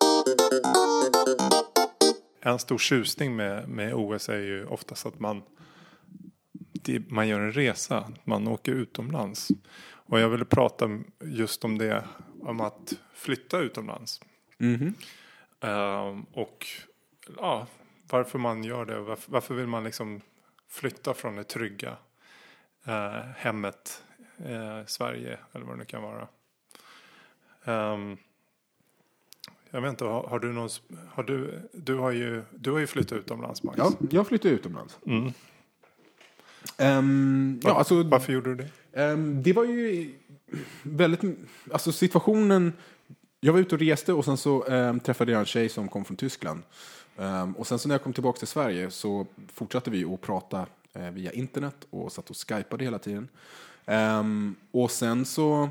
Speaker 1: En stor tjusning med OS är ju oftast att man gör en resa. Man åker utomlands. Och jag ville prata just om det. Om att flytta utomlands. Och varför man gör det. Och varför vill man liksom flytta från det trygga hemmet Sverige. Eller vad det nu kan vara. Jag vet inte, har du någon... Du har ju flyttat utomlands, Max.
Speaker 2: Ja, jag flyttade utomlands. Alltså,
Speaker 1: varför gjorde du det?
Speaker 2: Det var ju väldigt... Alltså situationen... Jag var ute och reste och sen så träffade jag en tjej som kom från Tyskland. Och sen så när jag kom tillbaka till Sverige så fortsatte vi att prata via internet och satt och skypade hela tiden. Och sen så...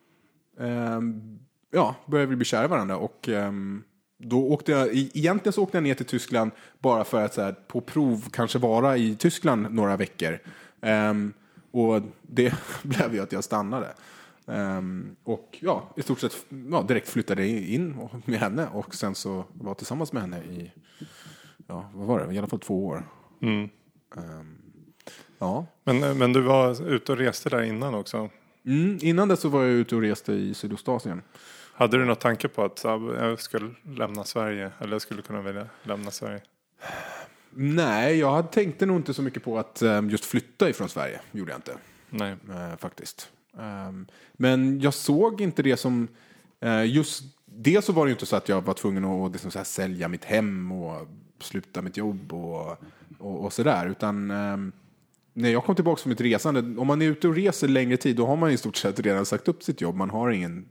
Speaker 2: började vi bli kära varandra och då åkte jag ner till Tyskland bara för att så här, på prov kanske vara i Tyskland några veckor. Och det blev ju att jag stannade. Och i stort sett direkt flyttade in med henne och sen så var jag tillsammans med henne i vad var det? I alla fall 2 år.
Speaker 1: Men du var ute och reste där innan också?
Speaker 2: Innan det så var jag ute och reste i Sydostasien.
Speaker 1: Hade du något tanke på att jag skulle lämna Sverige? Eller jag skulle kunna vilja lämna Sverige?
Speaker 2: Nej, jag tänkte nog inte så mycket på att just flytta ifrån Sverige. Gjorde jag inte.
Speaker 1: Nej.
Speaker 2: Faktiskt. Men jag såg inte det som... just det så var det ju inte så att jag var tvungen att liksom så här sälja mitt hem och sluta mitt jobb och sådär. Utan... när jag kom tillbaka från mitt resande, om man är ute och reser längre tid, då har man i stort sett redan sagt upp sitt jobb. Man har ingen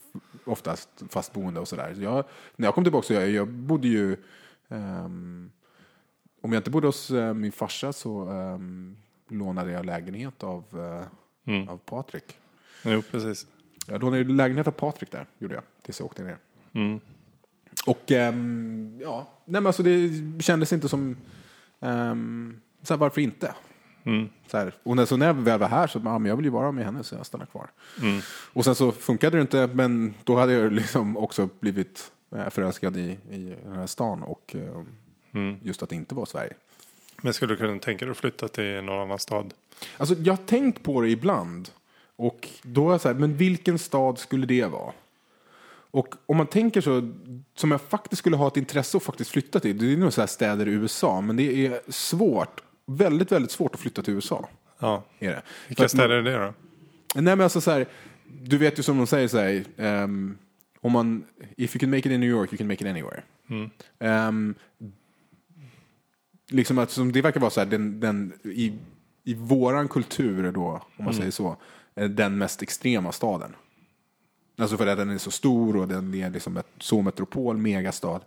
Speaker 2: oftast fast boende och sådär. När jag kom tillbaka så jag bodde ju om jag inte bodde hos min farsa så lånade jag lägenhet av Patrik.
Speaker 1: Jo, precis.
Speaker 2: Jag lånade lägenhet av Patrik där, gjorde jag, tills jag åkte ner. Och nej, men alltså det kändes inte som så här, varför inte? Så här, och när jag väl var här så men jag vill ju vara med henne så jag stannar kvar. Och sen så funkade det inte, men då hade jag liksom också blivit förälskad i den här stan och just att det inte var Sverige.
Speaker 1: Men skulle du kunna tänka dig att flytta till någon annan stad?
Speaker 2: Alltså jag har tänkt på det ibland och då är jag så här, men vilken stad skulle det vara? Och om man tänker så, som jag faktiskt skulle ha ett intresse att faktiskt flytta till, det är nog så här städer i USA, men det är svårt, väldigt, väldigt svårt att flytta till USA.
Speaker 1: Ja.
Speaker 2: Är det.
Speaker 1: Vilka städer är det då?
Speaker 2: Nej, men alltså så här, du vet ju som de säger så här, om man, if you can make it in New York, you can make it anywhere. Liksom att som det verkar vara så här, den i våran kultur då, om man säger så, den mest extrema staden. Alltså för att den är så stor och den är liksom ett så metropol, megastad.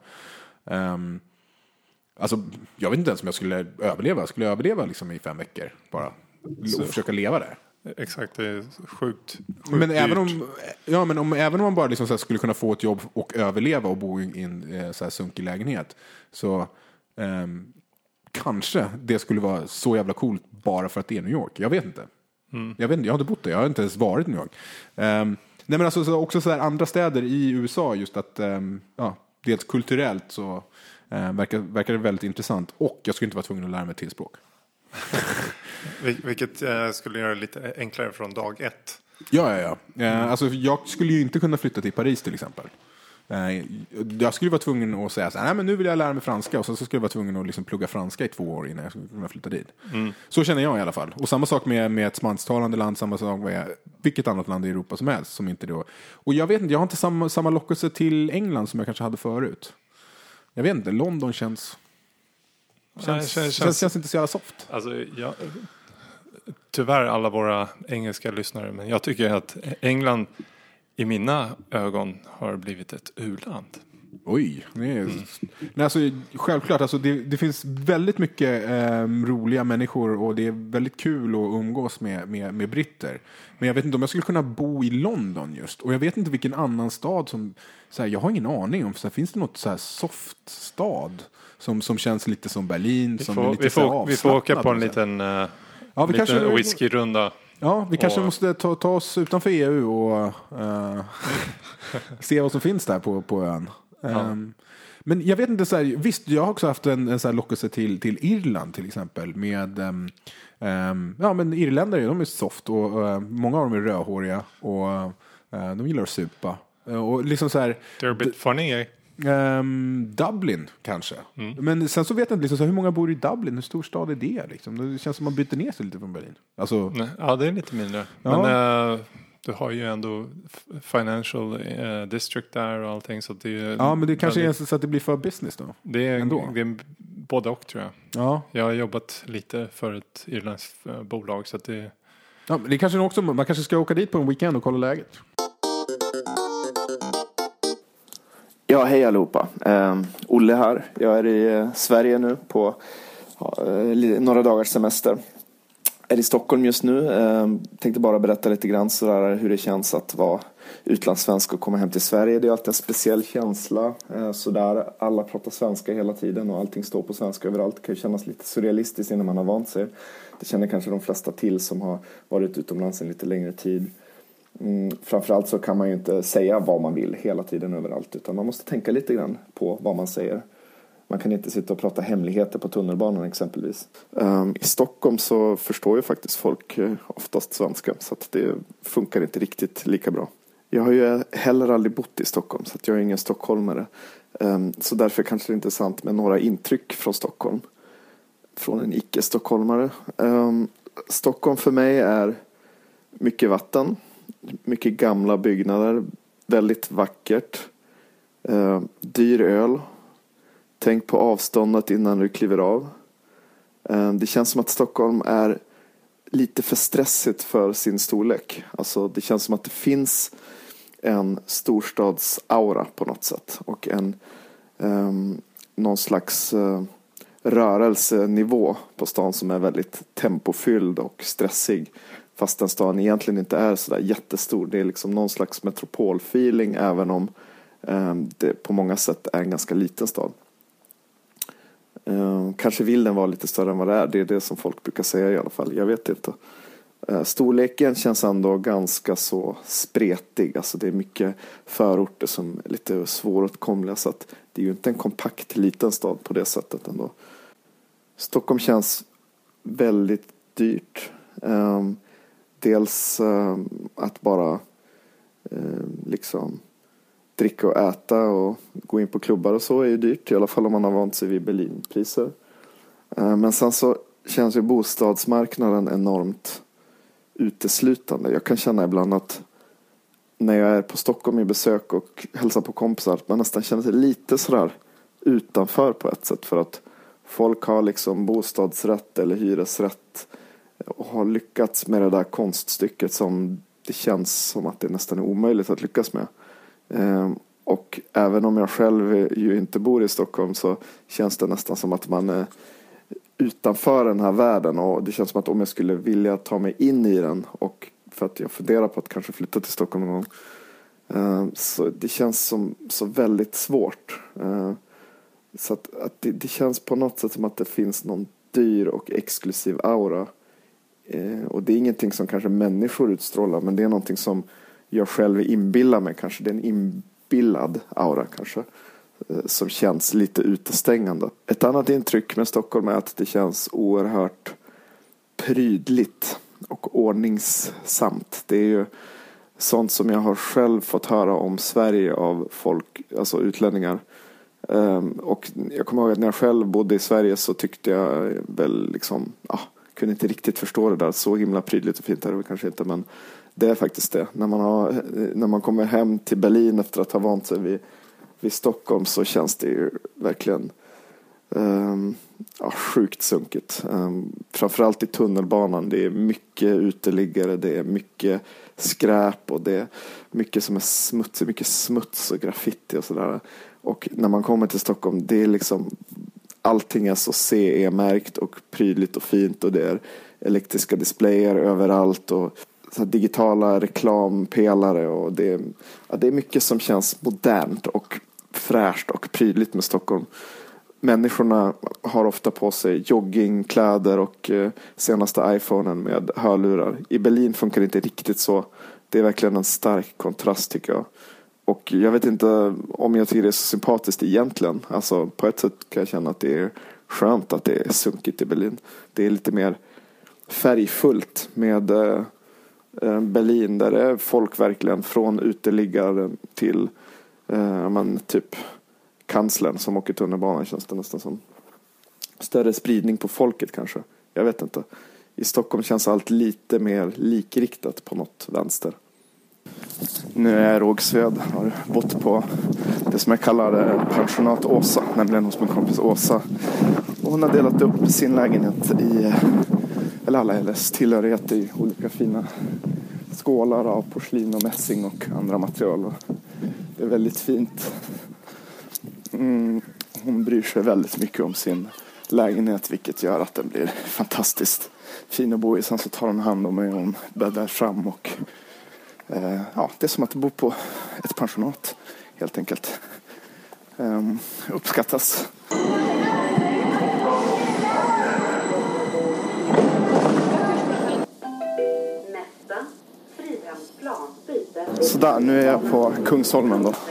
Speaker 2: Alltså, jag vet inte ens om jag skulle överleva. Skulle jag överleva liksom i 5 veckor bara? Och försöka leva där?
Speaker 1: Exakt, det är sjukt
Speaker 2: men
Speaker 1: dyrt.
Speaker 2: även om man bara liksom så här skulle kunna få ett jobb och överleva och bo i en så här sunkig lägenhet, så kanske det skulle vara så jävla coolt bara för att det är New York. Jag vet inte. Jag har inte bott där. Jag har inte ens varit i New York. Nej, men alltså också så här andra städer i USA, just att dels kulturellt så verkar det väldigt intressant, och jag skulle inte vara tvungen att lära mig till språk.
Speaker 1: Vilket skulle göra det lite enklare från dag 1.
Speaker 2: Ja. Alltså jag skulle ju inte kunna flytta till Paris till exempel. Jag skulle vara tvungen att säga så här, nej men nu vill jag lära mig franska, och så skulle jag vara tvungen att liksom plugga franska i 2 år innan jag skulle kunna flytta dit. Så känner jag i alla fall. Och samma sak med ett spansktalande land, samma sak med vilket annat land i Europa som helst som inte då. Och jag vet inte, jag har inte samma lockelse till England som jag kanske hade förut. Jag vet inte, London känns inte så jävla soft.
Speaker 1: Alltså, tyvärr alla våra engelska lyssnare, men jag tycker att England i mina ögon har blivit ett u-land.
Speaker 2: Oj, nej, alltså, självklart. Alltså, det finns väldigt mycket roliga människor och det är väldigt kul att umgås med britter. Men jag vet inte om jag skulle kunna bo i London just. Och jag vet inte vilken annan stad som... Så här, jag har ingen aning om. Så här, finns det något så här soft stad som känns lite som Berlin? Vi får åka på en liten
Speaker 1: whiskyrunda.
Speaker 2: Ja, vi kanske måste ta oss utanför EU och se vad som finns där på ön. Men jag vet inte, så här, visst, jag har också haft en så här lockelse till Irland till exempel med men irländare, de är soft och många av dem är rödhåriga och de gillar att supa och liksom så här,
Speaker 1: they're a bit funny.
Speaker 2: Dublin kanske. Men sen så vet jag inte liksom, så här, hur många bor i Dublin, hur stor stad är det liksom? Det känns som man byter ner sig lite från Berlin. Alltså,
Speaker 1: ja, det är lite mindre.
Speaker 2: Ja.
Speaker 1: Men du har ju ändå Financial District där och allting, så det är,
Speaker 2: ja, men det kanske är så att det blir för business då.
Speaker 1: Det är både och, tror jag.
Speaker 2: Ja.
Speaker 1: Jag har jobbat lite för ett irländskt bolag, så att det...
Speaker 2: Ja, det kanske också, man kanske ska åka dit på en weekend och kolla läget.
Speaker 3: Ja, hej allihopa. Olle här. Jag är i Sverige nu på några dagars semester. Är i Stockholm just nu. Tänkte bara berätta lite grann sådär hur det känns att vara utlandssvensk och komma hem till Sverige. Det är alltid en speciell känsla. Sådär, alla pratar svenska hela tiden och allting står på svenska överallt. Det kan ju kännas lite surrealistiskt innan man har vant sig. Det känner kanske de flesta till som har varit utomlands en lite längre tid. Framförallt så kan man ju inte säga vad man vill hela tiden överallt, utan man måste tänka lite grann på vad man säger. Man kan inte sitta och prata hemligheter på tunnelbanan exempelvis. I Stockholm så förstår ju faktiskt folk oftast svenska, så att det funkar inte riktigt lika bra. Jag har ju heller aldrig bott i Stockholm, så att jag är ingen stockholmare. Så därför kanske det är intressant med några intryck från Stockholm. Från en icke-stockholmare. Stockholm för mig är mycket vatten. Mycket gamla byggnader. Väldigt vackert. Dyr öl. Tänk på avståndet innan du kliver av. Det känns som att Stockholm är lite för stressigt för sin storlek. Alltså det känns som att det finns en storstadsaura på något sätt. Och någon slags rörelsenivå på stan som är väldigt tempofylld och stressig. Fast den stan egentligen inte är så där jättestor. Det är liksom någon slags metropolfeeling även om det på många sätt är en ganska liten stad. Kanske vill den vara lite större än vad det är. Det är det som folk brukar säga i alla fall. Jag vet inte. Storleken känns ändå ganska så spretig. Alltså det är mycket förorter som är lite svåråtkomliga. Så att det är ju inte en kompakt liten stad på det sättet ändå. Stockholm känns väldigt dyrt. Dels att bara liksom dricka och äta och gå in på klubbar och så är ju dyrt. I alla fall om man har vant sig vid Berlinpriser. Men sen så känns ju bostadsmarknaden enormt uteslutande. Jag kan känna ibland att när jag är på Stockholm i besök och hälsar på kompisar att man nästan känner sig lite sådär utanför på ett sätt. För att folk har liksom bostadsrätt eller hyresrätt och har lyckats med det där konststycket som det känns som att det nästan är omöjligt att lyckas med. Och även om jag själv ju inte bor i Stockholm så känns det nästan som att man är utanför den här världen. Och det känns som att om jag skulle vilja ta mig in i den och för att jag funderar på att kanske flytta till Stockholm någon gång, så det känns som så väldigt svårt. Så att det känns på något sätt som att det finns någon dyr och exklusiv aura. Och det är ingenting som kanske människor utstrålar, men det är någonting som jag själv inbillar mig. Kanske det är en inbillad aura kanske, som känns lite utestängande. Ett annat intryck med Stockholm är att det känns oerhört prydligt och ordningsamt. Det är ju sånt som jag har själv fått höra om Sverige av folk, alltså utlänningar. Och jag kommer ihåg att när jag själv bodde i Sverige så tyckte jag väl liksom, kunde inte riktigt förstå det där. Så himla prydligt och fint är det kanske inte, men det är faktiskt det. När man kommer hem till Berlin efter att ha vant sig vid Stockholm så känns det ju verkligen sjukt sunkigt. Framförallt i tunnelbanan. Det är mycket uteliggare, det är mycket skräp och det är mycket som är smutsigt, mycket smuts och graffiti och sådär. Och när man kommer till Stockholm, det är liksom allting är så CE-märkt och prydligt och fint och det är elektriska displayer överallt och så digitala reklampelare och det är mycket som känns modernt och fräscht och prydligt med Stockholm. Människorna har ofta på sig joggingkläder och senaste iPhonen med hörlurar. I Berlin funkar det inte riktigt så. Det är verkligen en stark kontrast tycker jag. Och jag vet inte om jag tycker det är så sympatiskt egentligen. Alltså på ett sätt kan jag känna att det är skönt att det är sunkigt i Berlin. Det är lite mer färgfullt med Berlin där det är folk verkligen från uteliggare till typ kanslern som åker tunnelbanan, känns det nästan som större spridning på folket kanske. Jag vet inte. I Stockholm känns allt lite mer likriktat på något vänster. Nu är jag i Rågsved, har bott på det som jag kallar pensionat Åsa, nämligen hos min kompis Åsa. Och hon har delat upp sin lägenhet i, eller alla hennes tillhörigheter i olika fina skålar av porslin och mässing och andra material. Det är väldigt fint. Hon bryr sig väldigt mycket om sin lägenhet, vilket gör att den blir fantastiskt fin att bo i. Sen så tar hon hand om mig och hon bäddar fram och det är som att bo på ett pensionat helt enkelt. Uppskattas. Så där, nu är jag på Kungsholmen då.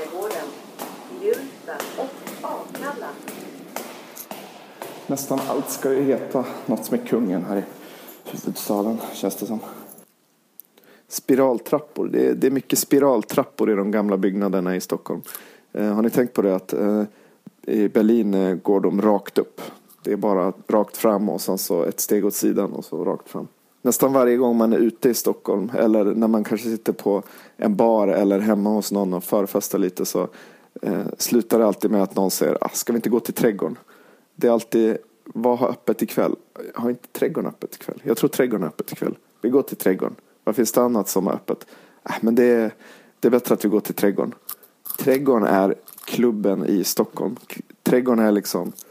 Speaker 3: Nästan allt ska ju heta något som är kungen här i huvudstaden, känns det som. Spiraltrappor. Det är mycket spiraltrappor i de gamla byggnaderna i Stockholm. Har ni tänkt på det att i Berlin går de rakt upp. Det är bara rakt fram och sen så ett steg åt sidan och så rakt fram. Nästan varje gång man är ute i Stockholm eller när man kanske sitter på en bar eller hemma hos någon och förfestar lite så slutar det alltid med att någon säger ska vi inte gå till trädgården? Det är alltid, vad har öppet ikväll? Har inte trädgården öppet ikväll? Jag tror trädgården är öppet ikväll. Vi går till trädgården. Vad finns det annat som är öppet? Men det är bättre att vi går till trädgården. Trädgården är klubben i Stockholm. Trädgården är liksom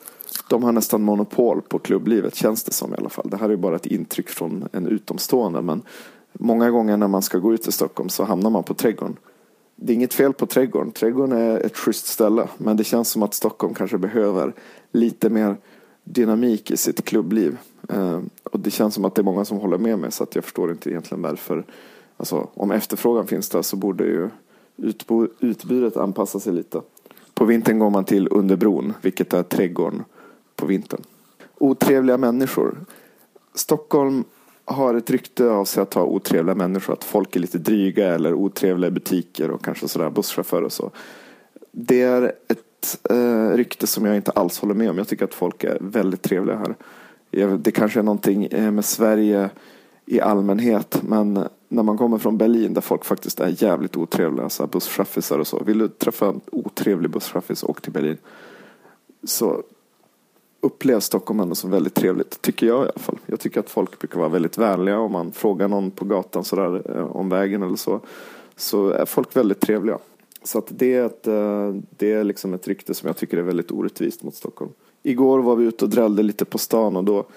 Speaker 3: de har nästan monopol på klubblivet, känns det som i alla fall. Det här är bara ett intryck från en utomstående, men många gånger när man ska gå ut i Stockholm så hamnar man på Trädgården. Det är inget fel på Trädgården. Trädgården är ett schysst ställe, men det känns som att Stockholm kanske behöver lite mer dynamik i sitt klubbliv. Och det känns som att det är många som håller med mig, så att jag förstår inte egentligen varför. Alltså, om efterfrågan finns där så borde ju utbudet anpassa sig lite. På vintern går man till Underbron, vilket är Trädgården på vintern. Otrevliga människor. Stockholm har ett rykte av sig att ha otrevliga människor, att folk är lite dryga eller otrevliga i butiker och kanske sådär busschaufförer och så. Det är ett rykte som jag inte alls håller med om. Jag tycker att folk är väldigt trevliga här. Det kanske är någonting med Sverige i allmänhet, men när man kommer från Berlin där folk faktiskt är jävligt otrevliga, så här busschaffisar och så. Vill du träffa en otrevlig busschaffis och åka till Berlin, så upplevs Stockholm ändå som väldigt trevligt, tycker jag i alla fall. Jag tycker att folk brukar vara väldigt vänliga. Om man frågar någon på gatan så där, om vägen eller så är folk väldigt trevliga. Så att det är liksom ett rykte som jag tycker är väldigt orättvist mot Stockholm. Igår var vi ute och drällde lite på stan, och då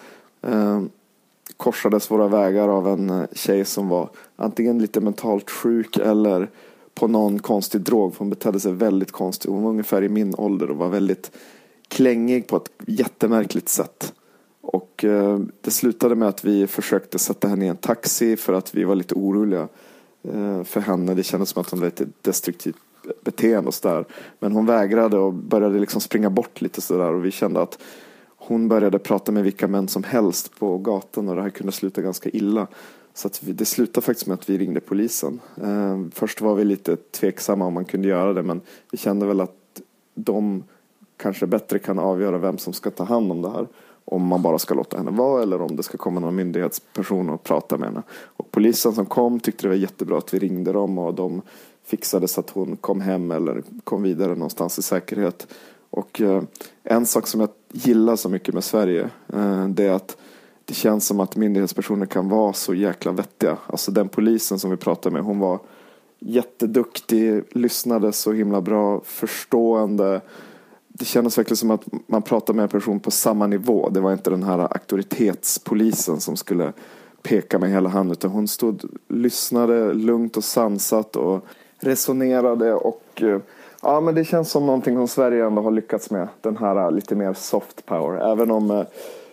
Speaker 3: korsades våra vägar av en tjej som var antingen lite mentalt sjuk eller på någon konstig drog, för hon betedde sig väldigt konstigt. Hon var ungefär i min ålder och var väldigt klängig på ett jättemärkligt sätt. Och det slutade med att vi försökte sätta henne i en taxi för att vi var lite oroliga för henne. Det kändes som att hon hade ett destruktivt beteende och sådär. Men hon vägrade och började liksom springa bort lite sådär, och vi kände att hon började prata med vilka män som helst på gatan, och det här kunde sluta ganska illa. Så att det slutade faktiskt med att vi ringde polisen. Först var vi lite tveksamma om man kunde göra det, men vi kände väl att de kanske bättre kan avgöra vem som ska ta hand om det här. Om man bara ska låta henne vara, eller om det ska komma någon myndighetsperson och prata med henne. Och polisen som kom tyckte det var jättebra att vi ringde dem, och de fixade så att hon kom hem eller kom vidare någonstans i säkerhet. Och en sak som jag gillar så mycket med Sverige, det är att det känns som att myndighetspersoner kan vara så jäkla vettiga. Alltså den polisen som vi pratade med, hon var jätteduktig, lyssnade så himla bra, förstående. Det kändes verkligen som att man pratade med en person på samma nivå. Det var inte den här auktoritetspolisen som skulle peka med hela handen, utan hon lyssnade lugnt och sansat och resonerade. Och ja, men det känns som någonting som Sverige ändå har lyckats med, den här lite mer soft power. Även om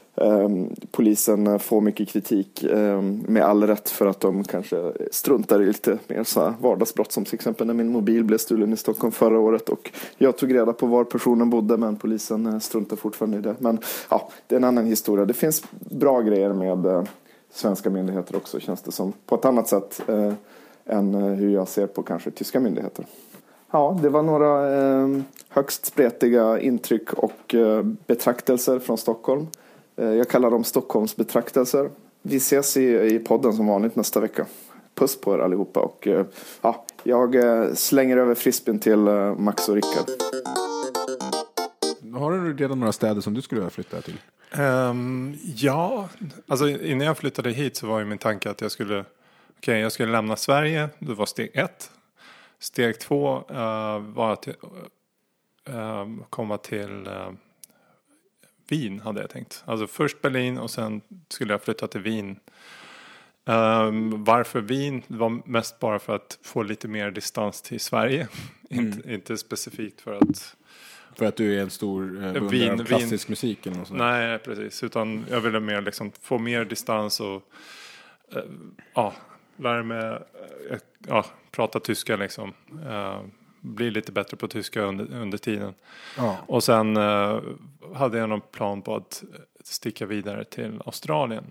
Speaker 3: polisen får mycket kritik med all rätt för att de kanske struntar i lite mer så här vardagsbrott, som till exempel när min mobil blev stulen i Stockholm förra året och jag tog reda på var personen bodde, men polisen struntar fortfarande i det. Men ja, det är en annan historia. Det finns bra grejer med svenska myndigheter också, känns det som, på ett annat sätt än hur jag ser på kanske tyska myndigheter. Ja, det var några högst spretiga intryck och betraktelser från Stockholm. Jag kallar dem Stockholms betraktelser. Vi ses i podden som vanligt nästa vecka. Puss på er allihopa, och ja, jag slänger över frisbeen till Max och Rickard.
Speaker 2: Har du redan några städer som du skulle vilja flytta till?
Speaker 1: Ja, alltså innan jag flyttade hit så var ju min tanke att jag skulle lämna Sverige. Det var steg 1. Steg 2 var att komma till Wien, hade jag tänkt. Alltså först Berlin och sen skulle jag flytta till Wien. Varför Wien? Det var mest bara för att få lite mer distans till Sverige. Inte specifikt för att...
Speaker 2: För att du är en stor beundrare av klassisk musik eller något sånt.
Speaker 1: Nej, precis. Utan jag ville mer liksom få mer distans och lära mig prata tyska liksom. Bli lite bättre på tyska under tiden. Ja. Och sen hade jag någon plan på att sticka vidare till Australien.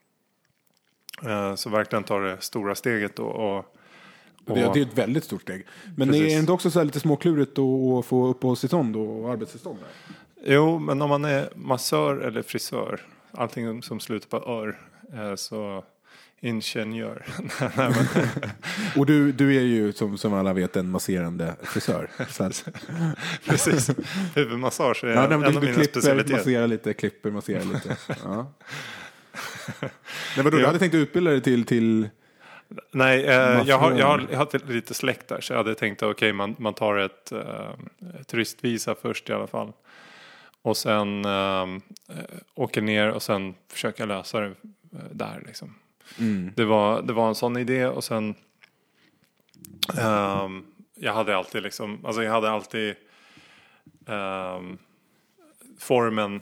Speaker 1: Så verkligen tar det stora steget och
Speaker 2: det är ett väldigt stort steg. Men det är inte också så här lite småklurigt att få uppehållstillstånd och arbetstillstånd?
Speaker 1: Jo, men om man är massör eller frisör, allting som slutar på ör, så ingenjör.
Speaker 2: Och du är ju som alla vet en masserande frisör. Så att...
Speaker 1: Precis. Huvudmassage är en av mina specialiteter.
Speaker 2: Klipper, masserar lite. Ja. Men vadå, du hade tänkt utbilda dig till...
Speaker 1: Nej, jag har lite släkt där, så jag hade tänkt att man tar ett turistvisa först i alla fall. Och sen åker ner och sen försöka lösa det där liksom. Det var en sån idé och sen jag hade alltid formen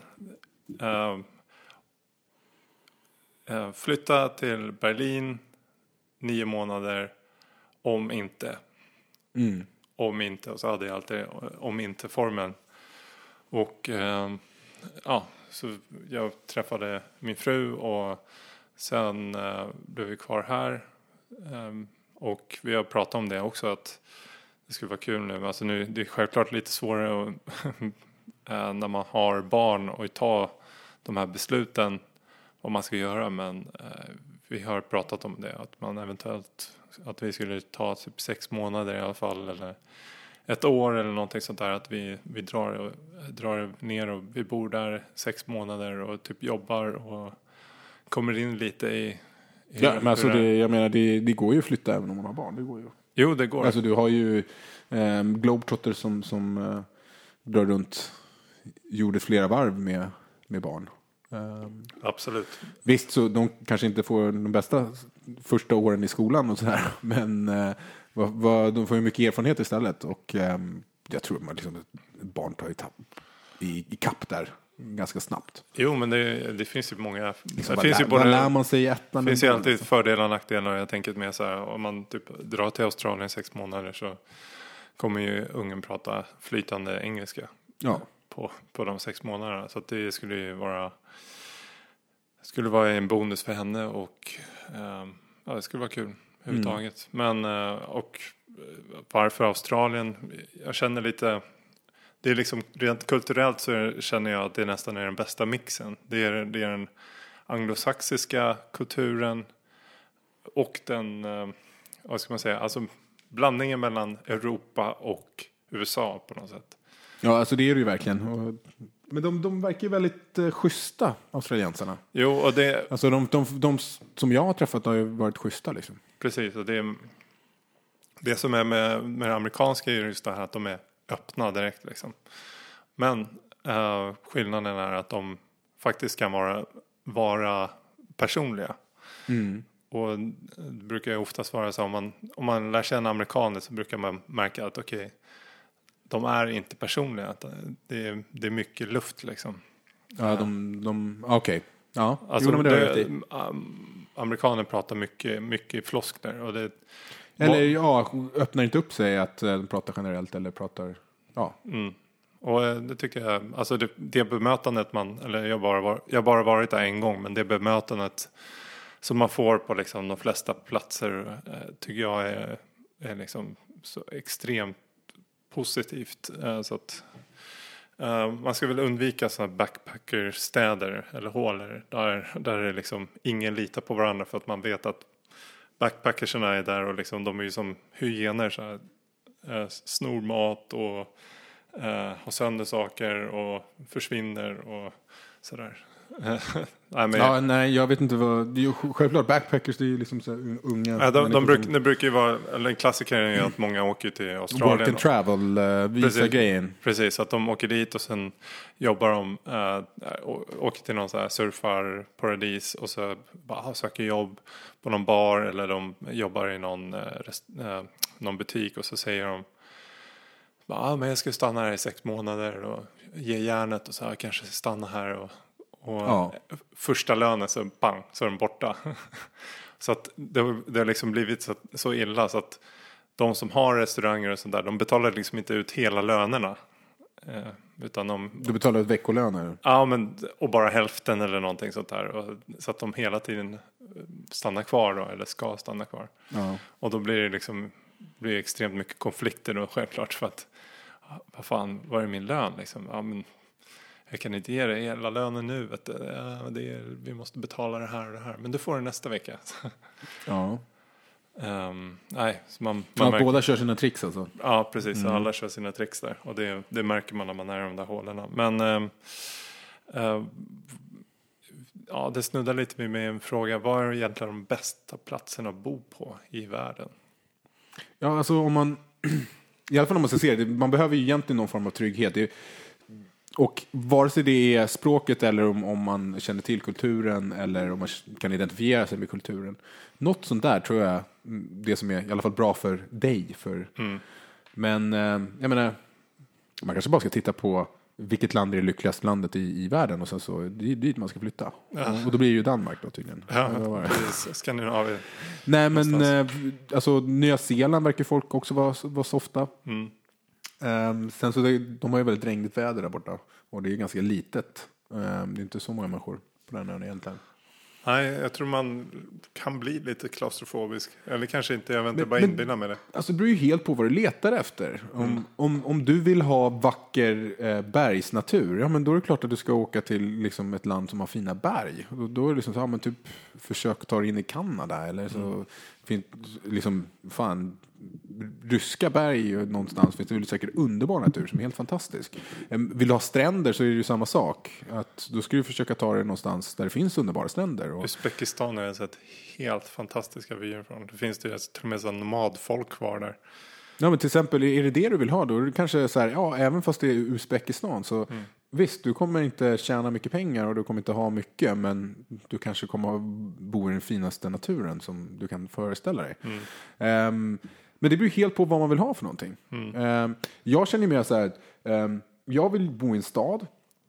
Speaker 1: flytta till Berlin 9 månader om inte och så hade jag alltid om inte formen och så jag träffade min fru och sen blev vi kvar här och vi har pratat om det också att det skulle vara kul nu. Alltså nu det är självklart lite svårare när man har barn och ta de här besluten vad man ska göra, men vi har pratat om det att man eventuellt att vi skulle ta typ 6 månader i alla fall eller 1 år eller någonting sånt där, att vi drar ner och vi bor där 6 månader och typ jobbar och kommer in lite i
Speaker 2: ja, men alltså jag menar det går ju att flytta även om man har barn, det går ju.
Speaker 1: Jo, det går.
Speaker 2: Alltså du har ju Globetrotter som drar runt jordet flera varv med barn.
Speaker 1: Absolut.
Speaker 2: Visst, så de kanske inte får de bästa första åren i skolan och sådär, men de får ju mycket erfarenhet istället och jag tror att liksom, barn tar i kapp där ganska snabbt.
Speaker 1: Jo, men det finns ju många
Speaker 2: liksom, det finns ju både lär man sig
Speaker 1: det finns ju alltid fördelar och nackdelar. Jag tänker med så här, om man typ drar till Australien 6 månader så kommer ju ungen prata flytande engelska.
Speaker 2: Ja.
Speaker 1: På de 6 månaderna, så att det skulle vara en bonus för henne och det skulle vara kul överhuvudtaget. Men och varför Australien? Jag känner lite, det är liksom rent kulturellt så känner jag att det nästan är den bästa mixen. Det är den anglosaxiska kulturen och den vad ska man säga, alltså blandningen mellan Europa och USA på något sätt.
Speaker 2: Ja, alltså det är det ju verkligen. Men de verkar ju väldigt schyssta, australiensarna.
Speaker 1: Jo, och det...
Speaker 2: Alltså de som jag har träffat har ju varit schyssta liksom.
Speaker 1: Precis, och det som är med det amerikanska är just det här att de är öppna direkt liksom. Men skillnaden är att de faktiskt kan vara personliga. Och det brukar ju oftast vara så om man lär känna amerikaner så brukar man märka att okej, de är inte personliga. Det är mycket luft liksom.
Speaker 2: Ja, okej. Ja,
Speaker 1: alltså, amerikaner pratar mycket floskler. Och det,
Speaker 2: öppnar inte upp sig att de pratar generellt eller pratar... Ja.
Speaker 1: Och det tycker jag... Alltså det bemötandet jag har bara varit där en gång, men det bemötandet som man får på liksom de flesta platser tycker jag är liksom så extremt positivt, så att man ska väl undvika sådana backpackerstäder eller hålor där det liksom ingen litar på varandra, för att man vet att backpackersarna är där och liksom de är ju som hyener så här, snor mat och har sönder saker och försvinner och sådär.
Speaker 2: Nej, jag vet inte vad. Det är ju självklart backpackers, det är ju liksom så unga.
Speaker 1: Det brukar ju vara, eller en klassiker är ju att många åker till Australien.
Speaker 2: Work and travel, visa grejen.
Speaker 1: Precis, att de åker dit och sen jobbar de, åker till någon så här surfarparadis och så bara söker jobb på någon bar, eller de jobbar i någon butik och så säger de men jag ska stanna här i 6 månader och ge järnet och så här, kanske stanna här och första lönen så bang, så är de borta. Så att det har liksom blivit så illa så att de som har restauranger och sånt där, de betalar liksom inte ut hela lönerna. Utan
Speaker 2: du betalar ut veckolöner?
Speaker 1: Ja, men och bara hälften eller någonting sånt där. Så att de hela tiden stannar kvar då, eller ska stanna kvar.
Speaker 2: Ja.
Speaker 1: Och då blir det blir extremt mycket konflikter då, självklart, för att vad fan, vad är min lön liksom? Ja, men jag kan inte ge dig hela lönen nu, vet du. Vi måste betala det här och det här, men du får det nästa vecka.
Speaker 2: Ja.
Speaker 1: Nej, så man
Speaker 2: båda kör sina tricks alltså.
Speaker 1: Ja, precis. Alla kör sina tricks där. Och det märker man när man är i de där hålorna. Men det snuddar lite med en fråga. Vad är egentligen de bästa platserna att bo på i världen?
Speaker 2: Ja, alltså om man... I alla fall om man ska se det. Man behöver ju egentligen någon form av trygghet. Och vare sig det är språket eller om man känner till kulturen eller om man kan identifiera sig med kulturen. Något sånt där tror jag det som är i alla fall bra för dig. Men jag menar, man kanske bara ska titta på vilket land är det lyckligaste landet i världen och sen så det är dit man ska flytta. Ja. Och då blir det ju Danmark då tydligen.
Speaker 1: Ja, Skandinavien.
Speaker 2: Nej, men alltså Nya Zeeland verkar folk också vara så ofta. Sen så de har ju väldigt regnigt väder där borta och det är ganska litet. Det är inte så många människor på den ön egentligen.
Speaker 1: Nej, jag tror man kan bli lite klaustrofobisk. Eller kanske inte, jag vet inte, bara inbilla med det.
Speaker 2: Alltså det beror ju helt på vad du letar efter. Om du vill ha vacker bergsnatur, ja men då är det klart att du ska åka till liksom ett land som har fina berg. Då är det liksom så, ja men typ försök ta dig in i Kanada eller så liksom fan ryska berg någonstans finns det säkert underbar natur som är helt fantastisk. Vill du ha stränder så är det ju samma sak. Att då ska du försöka ta dig någonstans där det finns underbara stränder. Och
Speaker 1: Uzbekistan har jag sett helt fantastiska vyer från. Det finns det till och med så nomadfolk kvar där.
Speaker 2: Ja, men till exempel, är det du vill ha då? Är det kanske så här, ja, även fast det är Uzbekistan så visst, du kommer inte tjäna mycket pengar och du kommer inte ha mycket, men du kanske kommer bo i den finaste naturen som du kan föreställa dig. Men det beror helt på vad man vill ha för någonting. Jag känner mer så här, jag vill bo i en stad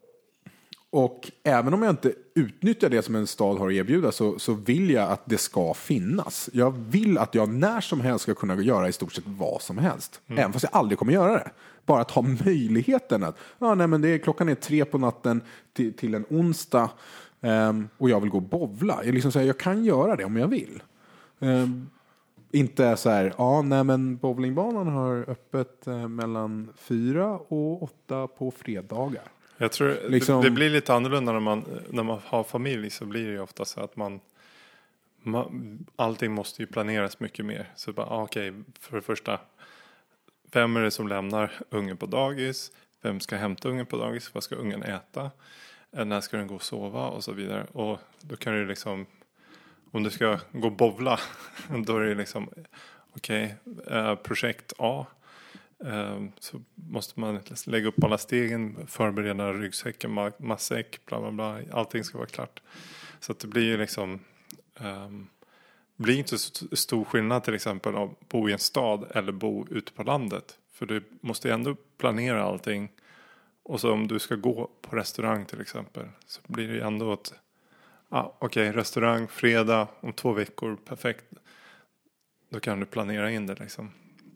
Speaker 2: och även om jag inte utnyttjar det som en stad har att erbjuda så vill jag att det ska finnas. Jag vill att jag när som helst ska kunna göra i stort sett vad som helst. Även fast jag aldrig kommer göra det. Bara att ha möjligheten att klockan är 3 på natten till en onsdag och jag vill gå och bowla. Jag kan göra det om jag vill. Inte så här, men bowlingbanan har öppet mellan 4 och 8 på fredagar.
Speaker 1: Jag tror det blir lite annorlunda när man har familj, så blir det ju ofta så att allting måste ju planeras mycket mer. Så bara, för det första, vem är det som lämnar ungen på dagis? Vem ska hämta ungen på dagis? Vad ska ungen äta? När ska den gå och sova? Och så vidare. Och då kan du liksom, om du ska gå och bowla, då är det liksom, projekt A. Så måste man lägga upp alla stegen, förbereda ryggsäcken, matsäck, bla bla bla. Allting ska vara klart. Så att det blir ju liksom blir inte så stor skillnad till exempel att bo i en stad eller bo ute på landet. För du måste ju ändå planera allting. Och så om du ska gå på restaurang till exempel, så blir det ju ändå ett restaurang fredag om 2 veckor, perfekt. Då kan du planera in det liksom.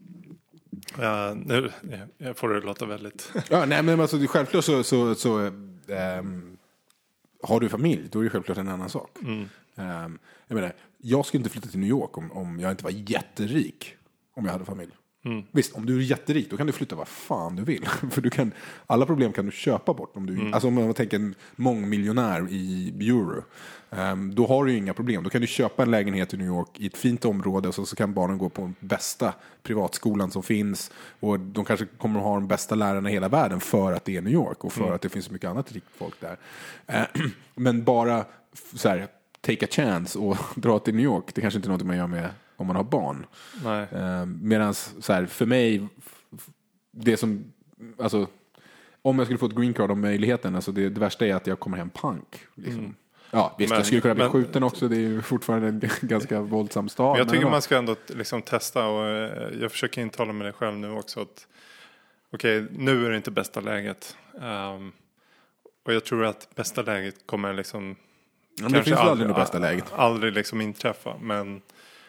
Speaker 1: Nu jag får det låta väldigt.
Speaker 2: Ja, nej, men alltså självklart så har du familj, då är det självklart en annan sak. Jag menar, jag skulle inte flytta till New York om jag inte var jätterik, om jag hade familj. Visst, om du är jätterik då kan du flytta vad fan du vill. För alla problem kan du köpa bort. Alltså om man tänker en mångmiljonär i euro, då har du ju inga problem. Då kan du köpa en lägenhet i New York i ett fint område och så kan barnen gå på den bästa privatskolan som finns. Och de kanske kommer att ha de bästa lärarna i hela världen för att det är New York och för att det finns så mycket annat rikt folk där. Men bara så här, take a chance och dra till New York, det kanske inte är något man gör med om man har barn. Medan så här, för mig, det som, alltså, om jag skulle få ett green card om möjligheten, alltså det värsta är att jag kommer hem pank. Liksom. Ja, visst, jag skulle kunna bli skjuten också. Det är ju fortfarande en ganska våldsam stad.
Speaker 1: Men jag tycker man ska ändå liksom testa, och jag försöker intala med det själv nu också, att nu är det inte bästa läget. Och jag tror att bästa läget kommer liksom
Speaker 2: det finns aldrig det bästa läget.
Speaker 1: Aldrig liksom inträffa, men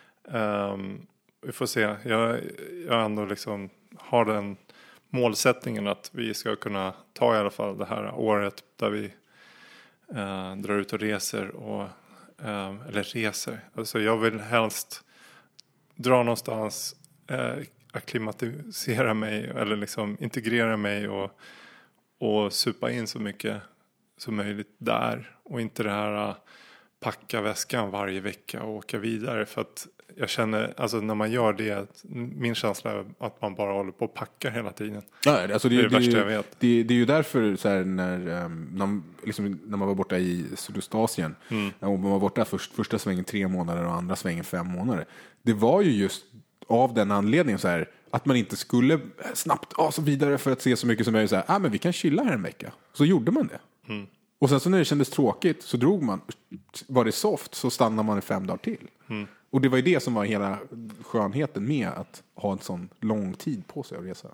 Speaker 1: vi får se. Jag ändå liksom har den målsättningen att vi ska kunna ta i alla fall det här året där vi drar ut och reser eller reser. Alltså jag vill helst dra någonstans, akklimatisera mig eller liksom integrera mig och supa in så mycket som möjligt där, och inte det här packa väskan varje vecka och åka vidare, för att jag känner, alltså när man gör det, min känsla är att man bara håller på och packar hela tiden.
Speaker 2: Ja, alltså det är det värsta jag vet. Det är ju därför så här, när man var borta i Sydostasien och man var borta första svängen 3 månader och andra svängen 5 månader. Det var ju just av den anledningen så här, att man inte skulle snabbt så vidare för att se så mycket som möjligt. Men vi kan chilla här en vecka. Så gjorde man det. Och sen så när det kändes tråkigt så drog man. Var det soft så stannade man i 5 dagar till. Och det var ju det som var hela skönheten med att ha en sån lång tid på sig att resa.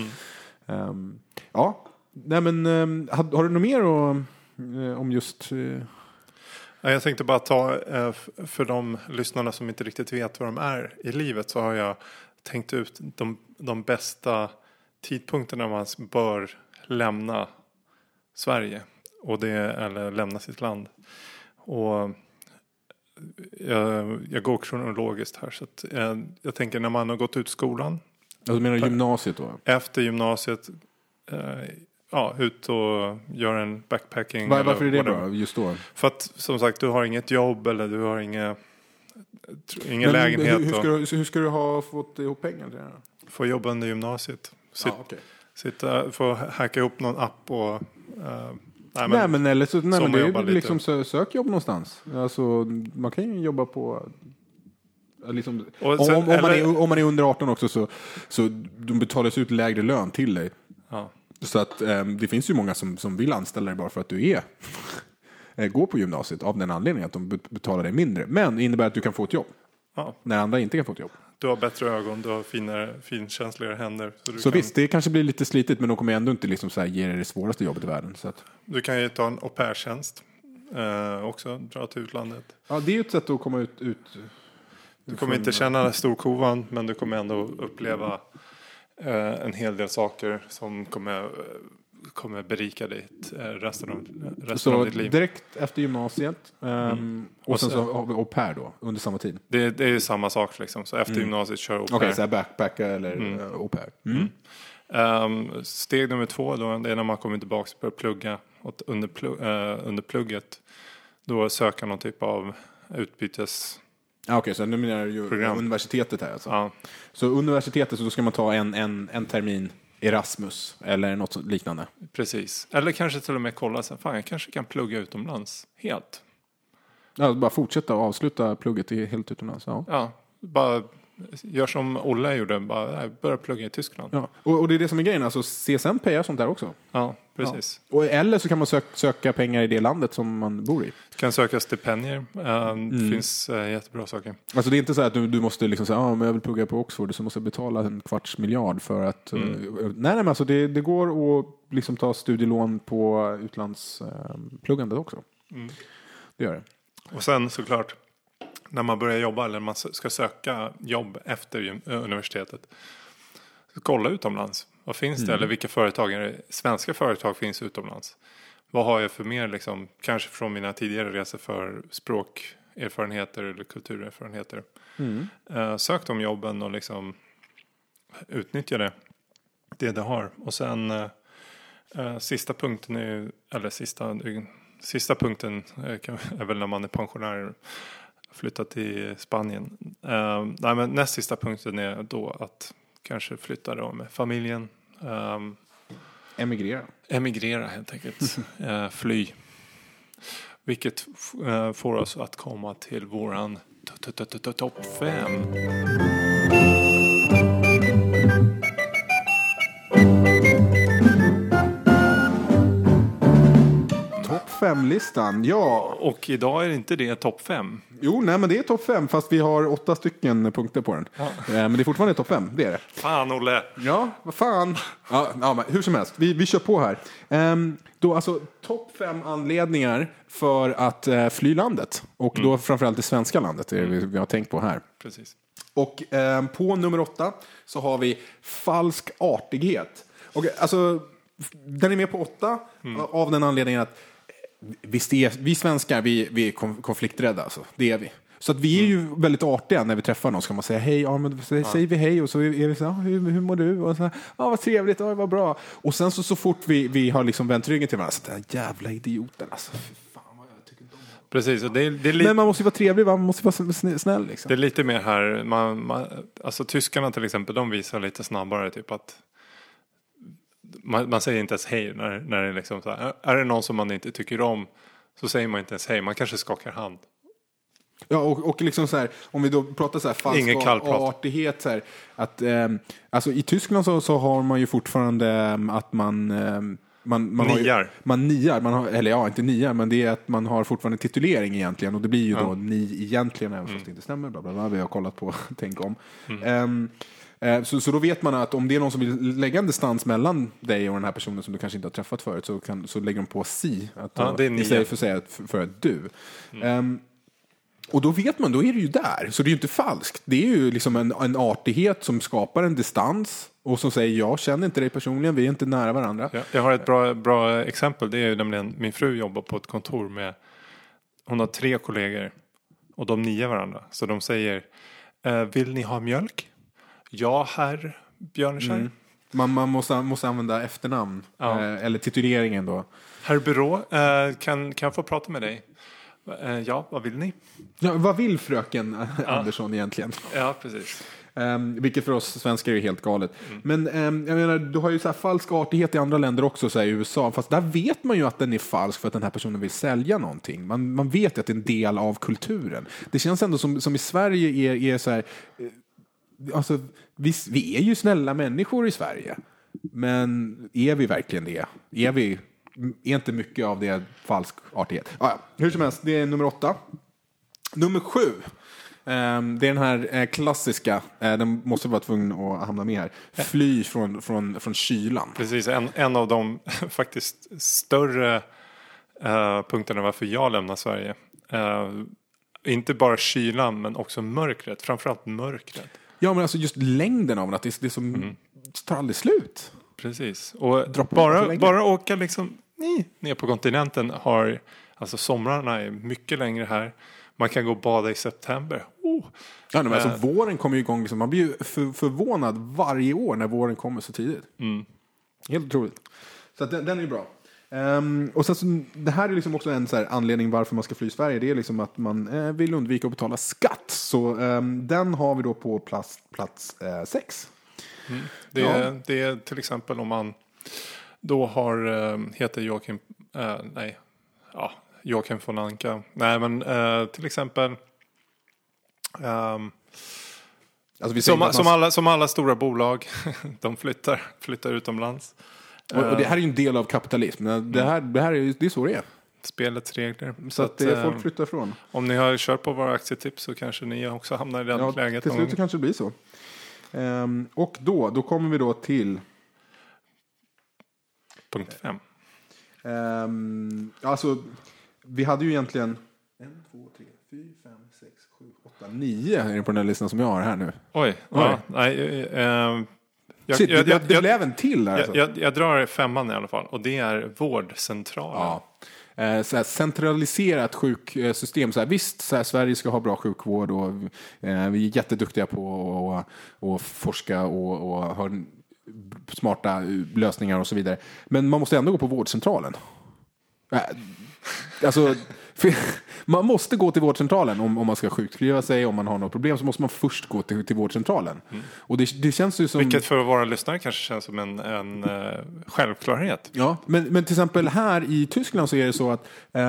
Speaker 2: Har du något mer om just...
Speaker 1: Jag tänkte bara ta, för de lyssnarna som inte riktigt vet vad de är i livet, så har jag tänkt ut de bästa tidpunkterna man bör lämna Sverige. Eller lämna sitt land. Och jag går kronologiskt här. Så att, jag tänker när man har gått ut skolan.
Speaker 2: Du menar gymnasiet då?
Speaker 1: Efter gymnasiet. Ut och göra en backpacking.
Speaker 2: Varför är det bra just då?
Speaker 1: För att som sagt, du har inget jobb eller du har ingen lägenhet.
Speaker 2: Hur ska du ha fått ihop pengar till det här?
Speaker 1: Få jobba under gymnasiet. Få hacka ihop någon app och... men det är liksom sök jobb någonstans. Alltså, man kan ju jobba på... Liksom, om man är under 18 också så de betalas ut lägre lön till dig. Ja.
Speaker 2: Så att det finns ju många som vill anställa dig bara för att du går på gymnasiet av den anledningen att de betalar dig mindre. Men det innebär att du kan få ett jobb. Ja. När andra inte kan få ett jobb.
Speaker 1: Du har bättre ögon, du har finkänsligare händer.
Speaker 2: Så visst, det kanske blir lite slitigt, men de kommer ändå inte liksom så här, ge dig det svåraste jobbet i världen. Så att...
Speaker 1: Du kan ju ta en au pair-tjänst också, dra till utlandet.
Speaker 2: Ja, det är ju ett sätt att komma ut.
Speaker 1: Du kommer inte känna storkovan, men du kommer ändå uppleva en hel del saker som kommer berika dig resten av ditt liv.
Speaker 2: Direkt efter gymnasiet och sen så har vi au pair då under samma tid.
Speaker 1: Det är ju samma sak liksom. Så efter gymnasiet kör au pair.
Speaker 2: Okej, så här backpacka eller au pair.
Speaker 1: Steg nummer 2 då, det är när man kommer tillbaka och börjar plugga. Och under plugget då söka någon typ av utbytes.
Speaker 2: Okej, så nu menar du ju universitetet här alltså. Ja. Så universitetet, så då ska man ta en termin Erasmus eller något liknande.
Speaker 1: Precis. Eller kanske till och med kolla så här, jag kanske kan plugga utomlands helt.
Speaker 2: Ja, bara fortsätta och avsluta plugget helt utomlands.
Speaker 1: Ja, bara gör som Olle gjorde, bara börja plugga i Tyskland.
Speaker 2: Ja. Och det är det som är grejen, alltså CSN payar sånt där också.
Speaker 1: Ja, precis.
Speaker 2: Ja. Eller så kan man söka pengar i det landet som man bor i.
Speaker 1: Du kan söka stipendier. Det finns jättebra saker.
Speaker 2: Alltså det är inte så att du måste liksom säga, men jag vill plugga på Oxford, så måste jag betala 250 miljoner för att... Nej, men alltså det går att liksom ta studielån på utlandspluggandet också. Det gör det.
Speaker 1: Och sen såklart, när man börjar jobba eller man ska söka jobb efter universitetet, så kolla utomlands. Vad finns det? Eller vilka svenska företag finns utomlands? Vad har jag för mer liksom, kanske från mina tidigare resor för språkerfarenheter eller kulturerfarenheter. Sök de jobben och liksom utnyttja det har. Och sen sista punkten sista punkten är väl när man är pensionär, flytta till Spanien. Men näst sista punkten är då att kanske flytta då med familjen. Emigrera helt enkelt. Fly. Vilket får oss att komma till våran topp 5.
Speaker 2: Topp 5-listan, ja.
Speaker 1: Och idag är inte det topp 5.
Speaker 2: Jo, nej, men det är topp 5, fast vi har 8 stycken punkter på den. Ja. Men det är fortfarande topp 5, det är det.
Speaker 1: Fan, Olle.
Speaker 2: Ja, vad fan. Ja, men hur som helst, vi kör på här. Då alltså topp 5 anledningar för att fly landet. Och då framförallt det svenska landet, det är det vi har tänkt på här.
Speaker 1: Precis.
Speaker 2: Och på nummer 8 så har vi falsk artighet. Och alltså, den är med på 8 av den anledningen att visst vi svenskar, vi är konflikträdda, alltså. Det är vi. Så att vi är ju väldigt artiga när vi träffar någon. Ska man säga hej, men säger vi hej och så är vi så här, hur mår du? Och så här, vad trevligt, vad bra. Och sen så fort vi har liksom vänt ryggen till varandra, så den jävla idioten, alltså. Fan vad jag tycker inte om det.
Speaker 1: Precis, och det är
Speaker 2: men man måste ju vara trevlig, man måste vara snäll liksom.
Speaker 1: Det är lite mer här, alltså tyskarna till exempel, de visar lite snabbare typ att man säger inte ens hej när det är liksom så här, är det någon som man inte tycker om, så säger man inte ens hej, man kanske skakar hand.
Speaker 2: Ja, och liksom så här, om vi då pratar så här falsk artighet så här, att alltså i Tyskland så har man ju fortfarande att man
Speaker 1: niar.
Speaker 2: Eller ja, inte niar, men det är att man har fortfarande titulering egentligen, och det blir ju då ni egentligen, även fast det inte stämmer, bla bla bla, vi har kollat på tänk om. Så då vet man att om det är någon som vill lägga en distans mellan dig och den här personen som du kanske inte har träffat förut, så lägger de på si att
Speaker 1: det är
Speaker 2: istället för att säga för att du. Och då vet man, då är det ju där. Så det är ju inte falskt. Det är ju liksom en artighet som skapar en distans och som säger jag känner inte dig personligen, vi är inte nära varandra.
Speaker 1: Ja, jag har ett bra exempel. Det är ju nämligen min fru jobbar på ett kontor med, hon har 3 kollegor och de niar varandra. Så de säger, vill ni ha mjölk? Ja, herr Björnskär.
Speaker 2: Man måste använda efternamn eller tituleringen då.
Speaker 1: Herr Byrå, kan jag få prata med dig? Ja, vad vill ni?
Speaker 2: Ja, vad vill fröken Andersson egentligen?
Speaker 1: Ja, precis.
Speaker 2: Vilket för oss svenskar är helt galet. Men jag menar, du har ju så här falsk artighet i andra länder också, så här, i USA. Fast där vet man ju att den är falsk för att den här personen vill sälja någonting. Man vet att det är en del av kulturen. Det känns ändå som i Sverige är så här... Alltså, vi är ju snälla människor i Sverige. Men är vi verkligen det? Är inte mycket av det falsk artighet? Hur som helst, det är nummer 8. Nummer 7. Det är den här klassiska, den måste vara tvungen att hamna med här. Fly från kylan.
Speaker 1: Precis, en av de faktiskt större punkterna varför jag lämnar Sverige. Inte bara kylan, men också mörkret. Framförallt mörkret.
Speaker 2: Ja, men alltså just längden av att det är som tar aldrig slut.
Speaker 1: Precis, och bara åka liksom ner på kontinenten har, alltså somrarna är mycket längre här. Man kan gå och bada i september.
Speaker 2: Ja, men alltså våren kommer ju igång liksom, man blir ju förvånad varje år när våren kommer så tidigt. Helt otroligt. Så att den är ju bra. Och sen så, det här är liksom också en så här anledning varför man ska fly i Sverige. Det är liksom att man vill undvika att betala skatt. Så den har vi då på plats 6.
Speaker 1: Det är till exempel om man då heter Joakim von Anka. Nej, men till exempel alltså som alla stora bolag de flyttar utomlands.
Speaker 2: Och det här är ju en del av kapitalism. Det är så det är.
Speaker 1: Spelets regler.
Speaker 2: Så att folk flyttar ifrån.
Speaker 1: Om ni har kört på våra aktietips så kanske ni också hamnar i det läget.
Speaker 2: Till slut kanske det blir så. Och då kommer vi då till
Speaker 1: punkt 5.
Speaker 2: Alltså vi hade ju egentligen 1, 2, 3, 4, 5, 6, 7, 8, 9 är det på den här listan som jag har här nu.
Speaker 1: Oj.
Speaker 2: Det blev en till här alltså.
Speaker 1: Jag drar 5:an i alla fall, och det är vårdcentralen.
Speaker 2: Ja. Så här, centraliserat sjuksystem. Så här, visst, så här, Sverige ska ha bra sjukvård och vi är jätteduktiga på att forska och ha smarta lösningar och så vidare. Men man måste ändå gå på vårdcentralen. Alltså, man måste gå till vårdcentralen om man ska sjukskriva sig, om man har något problem så måste man först gå till vårdcentralen. Och det känns ju som...
Speaker 1: Vilket för våra lyssnare kanske känns som en självklarhet.
Speaker 2: Ja, men till exempel här i Tyskland så är det så att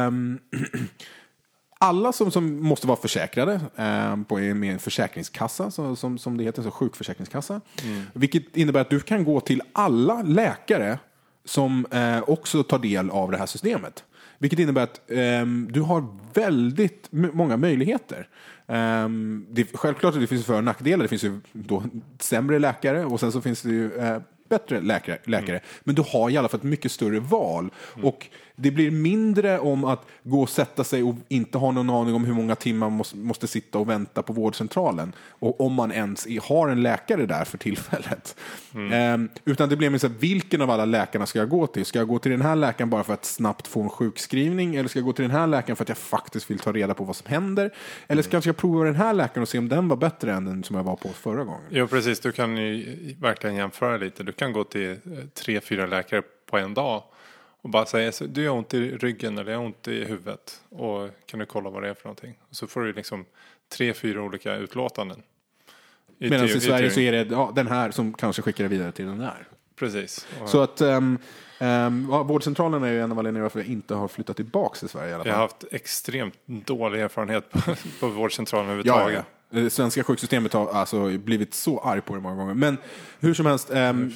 Speaker 2: alla som måste vara försäkrade med en försäkringskassa som det heter, så sjukförsäkringskassa. Vilket innebär att du kan gå till alla läkare som också tar del av det här systemet. Vilket innebär att du har väldigt många möjligheter. Självklart att det finns för- och nackdelar. Det finns ju då sämre läkare och sen så finns det ju bättre läkare. Men du har i alla fall ett mycket större val. Och det blir mindre om att gå och sätta sig och inte ha någon aning om hur många timmar man måste sitta och vänta på vårdcentralen. Och om man ens har en läkare där för tillfället. Utan det blir mer så här, vilken av alla läkarna ska jag gå till? Ska jag gå till den här läkaren bara för att snabbt få en sjukskrivning? Eller ska jag gå till den här läkaren för att jag faktiskt vill ta reda på vad som händer? Eller ska jag prova den här läkaren och se om den var bättre än den som jag var på förra gången?
Speaker 1: Jo, precis. Du kan ju verkligen jämföra lite. Du kan gå till 3-4 läkare på en dag och bara säga, du har ont i ryggen eller jag har ont i huvudet. Och kan du kolla vad det är för någonting? Och så får du liksom 3-4 olika utlåtanden.
Speaker 2: Medan i Sverige så är det den här som kanske skickar vidare till den där.
Speaker 1: Precis.
Speaker 2: Så att vårdcentralen är ju en av anledningarna varför jag inte har flyttat tillbaka till Sverige i alla fall.
Speaker 1: Jag har haft extremt dålig erfarenhet på vårdcentralen överhuvudtaget.
Speaker 2: Det svenska sjuksystemet har alltså blivit så arg på det många gånger. Men hur som helst,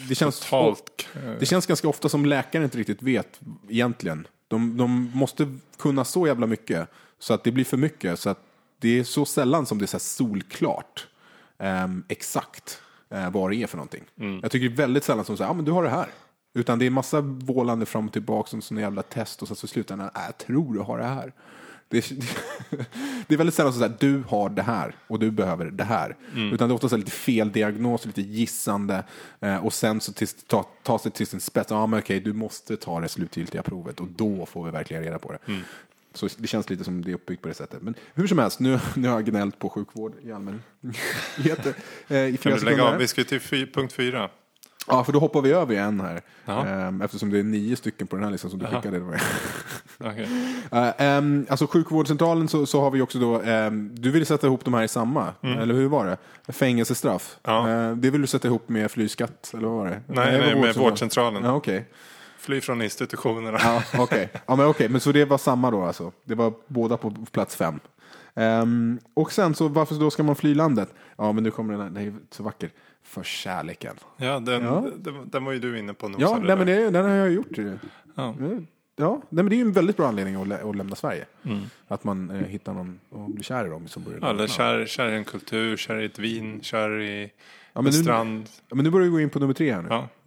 Speaker 2: det känns ganska ofta som läkaren inte riktigt vet egentligen. De måste kunna så jävla mycket så att det blir för mycket. Så att det är så sällan som det är så här solklart exakt vad det är för någonting. Jag tycker det är väldigt sällan som säger, men du har det här. Utan det är en massa vålande fram och tillbaka som sån jävla test och så slutar den, jag tror du har det här. Det är väldigt sällan så att du har det här och du behöver det här. Utan det är ofta så lite fel diagnos, lite gissande och sen så ta sig till sin spets. Men okej, du måste ta det slutgiltiga provet och då får vi verkligen reda på det. Så det känns lite som det är uppbyggt på det sättet. Men hur som helst, nu har jag gnällt på sjukvård i allmänhet.
Speaker 1: Kan du lägga av? Vi ska till punkt 4.
Speaker 2: Ja, för då hoppar vi över en här. Eftersom det är 9 stycken på den här listan som du skickade.
Speaker 1: Okay.
Speaker 2: Alltså sjukvårdscentralen så har vi också då, du ville sätta ihop de här i samma, eller hur var det? Fängelsestraff. Det vill du sätta ihop med flyskatt, eller vad var det?
Speaker 1: Nej, med vårdcentralen.
Speaker 2: Ja, okej.
Speaker 1: Fly från institutionerna.
Speaker 2: Ja, okej. Ja, men okej. Men så det var samma då alltså. Det var båda på plats 5. Och sen så varför då ska man fly landet? Ja, men nu kommer den är så vacker. För kärleken.
Speaker 1: Ja, den var ju du inne på.
Speaker 2: Ja, nej, men den har jag gjort.
Speaker 1: Ja,
Speaker 2: nej, men det är ju en väldigt bra anledning att lämna Sverige. Att man hittar någon och blir kär i dem som börjar.
Speaker 1: Eller kär i en kultur, kär i ett vin, kär i en strand.
Speaker 2: Men nu börjar vi gå in på nummer 3 här nu.
Speaker 1: Ja.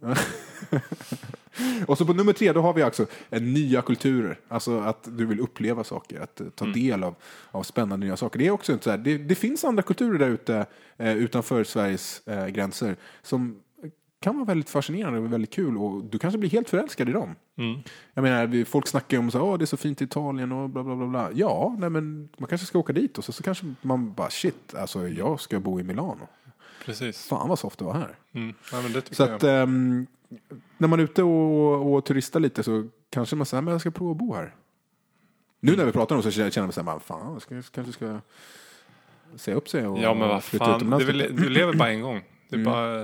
Speaker 2: Och så på nummer 3 då har vi alltså nya kulturer. Alltså att du vill uppleva saker, att ta del av spännande nya saker. Det är också inte så här, det finns andra kulturer där ute utanför Sveriges gränser som kan vara väldigt fascinerande och väldigt kul och du kanske blir helt förälskad i dem. Jag menar, folk snackar om så det är så fint i Italien och bla bla bla bla. Ja, nej, men man kanske ska åka dit och så kanske man bara shit, alltså jag ska bo i Milano.
Speaker 1: Precis.
Speaker 2: Fan vad soft det var här.
Speaker 1: Ja, men det
Speaker 2: så att när man är ute och turistar lite så kanske man säger men jag ska prova att bo här. Nu när vi pratar om så känner man så här, fan, kanske ska säga upp sig och
Speaker 1: ja, men vad fan, du lever bara en gång. Det är bara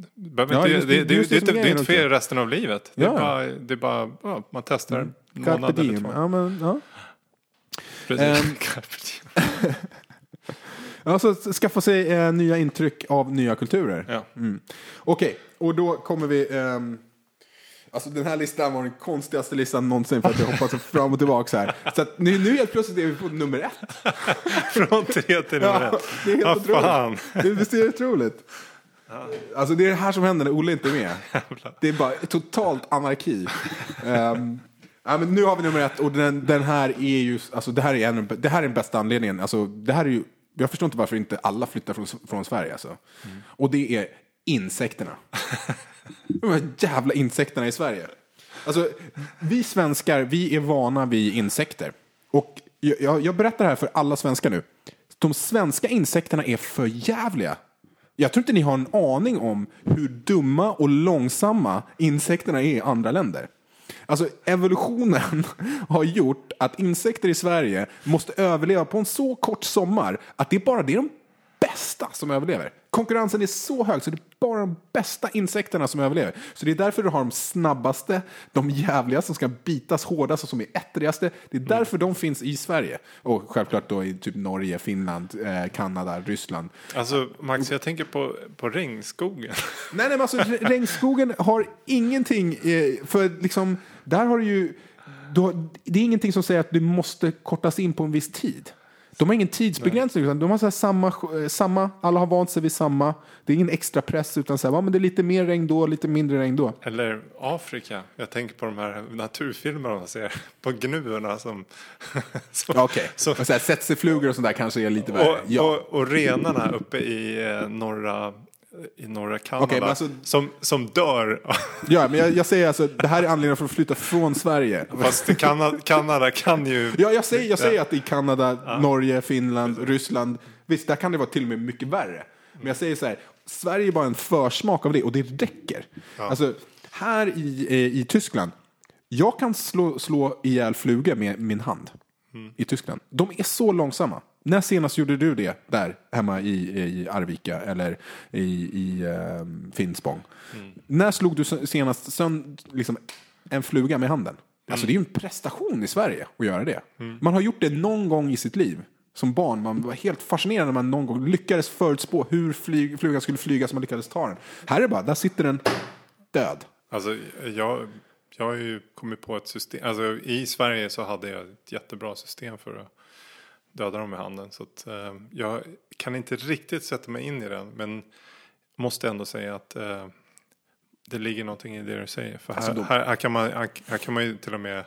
Speaker 1: det är inte för resten av livet. Det är bara man testar en månad eller 2.
Speaker 2: Ja, men ja.
Speaker 1: Precis.
Speaker 2: Alltså skaffa sig nya intryck av nya kulturer.
Speaker 1: Ja.
Speaker 2: Okej, och då kommer vi alltså den här listan var den konstigaste listan någonsin för att jag hoppas fram och tillbaka så här. Så att nu helt plötsligt är vi på nummer 1.
Speaker 1: Från 3 till nummer 1.
Speaker 2: Det är helt otroligt. Det är otroligt. Alltså det är det här som händer när Olle inte är med. Det är bara totalt anarki. Ja, men nu har vi nummer 1 och den här är ju alltså det här är den bästa anledningen. Alltså det här är ju, jag förstår inte varför inte alla flyttar från Sverige alltså. Och det är insekterna. De här jävla insekterna i Sverige. Alltså vi svenskar, vi är vana vid insekter. Och jag berättar det här för alla svenskar nu. De svenska insekterna är för jävliga. Jag tror inte ni har en aning om hur dumma och långsamma insekterna är i andra länder. Alltså evolutionen har gjort att insekter i Sverige måste överleva på en så kort sommar att det är de bästa som överlever. Konkurrensen är så hög så det är bara de bästa insekterna som överlever. Så det är därför du har de snabbaste, de jävligaste som ska bitas hårdast och som är ettrigaste. Det är därför de finns i Sverige. Och självklart då i typ Norge, Finland, Kanada, Ryssland.
Speaker 1: Alltså Max, jag tänker på regnskogen.
Speaker 2: Nej men alltså regnskogen har ingenting för liksom, där har du ju det är ingenting som säger att du måste kortas in på en viss tid. De har ingen tidsbegränsning utan de har så här samma, alla har vant sig vid samma. Det är ingen extra press utan så här, men det är lite mer regn då, lite mindre regn då.
Speaker 1: Eller Afrika. Jag tänker på de här naturfilmerna man ser på gnuerna som
Speaker 2: okej. Så här, sättseflugor och sånt där kanske är lite värre.
Speaker 1: Och renarna uppe i norra Kanada
Speaker 2: okay, alltså,
Speaker 1: som dör.
Speaker 2: Ja, men jag säger alltså det här är anledningen för att flytta från Sverige.
Speaker 1: Fast Kanada kan ju.
Speaker 2: Ja, jag säger att i Kanada, Norge, Finland, Ryssland, visst där kan det vara till och med mycket värre. Men jag säger så här, Sverige är bara en försmak av det och det räcker. Ja. Alltså här i Tyskland, jag kan slå ihjäl flugor med min hand. I Tyskland. De är så långsamma. När senast gjorde du det där hemma i Arvika eller i Finspång? När slog du senast liksom en fluga med handen? Alltså det är ju en prestation i Sverige att göra det. Man har gjort det någon gång i sitt liv. Som barn, man var helt fascinerad när man någon gång lyckades förutspå hur flugan skulle flyga så man lyckades ta den. Här är det bara, där sitter den död.
Speaker 1: Alltså jag har ju kommit på ett system. Alltså i Sverige så hade jag ett jättebra system för att döda dem med handen. Så att jag kan inte riktigt sätta mig in i den. Men måste ändå säga att det ligger någonting i det du säger. För här kan man ju till och med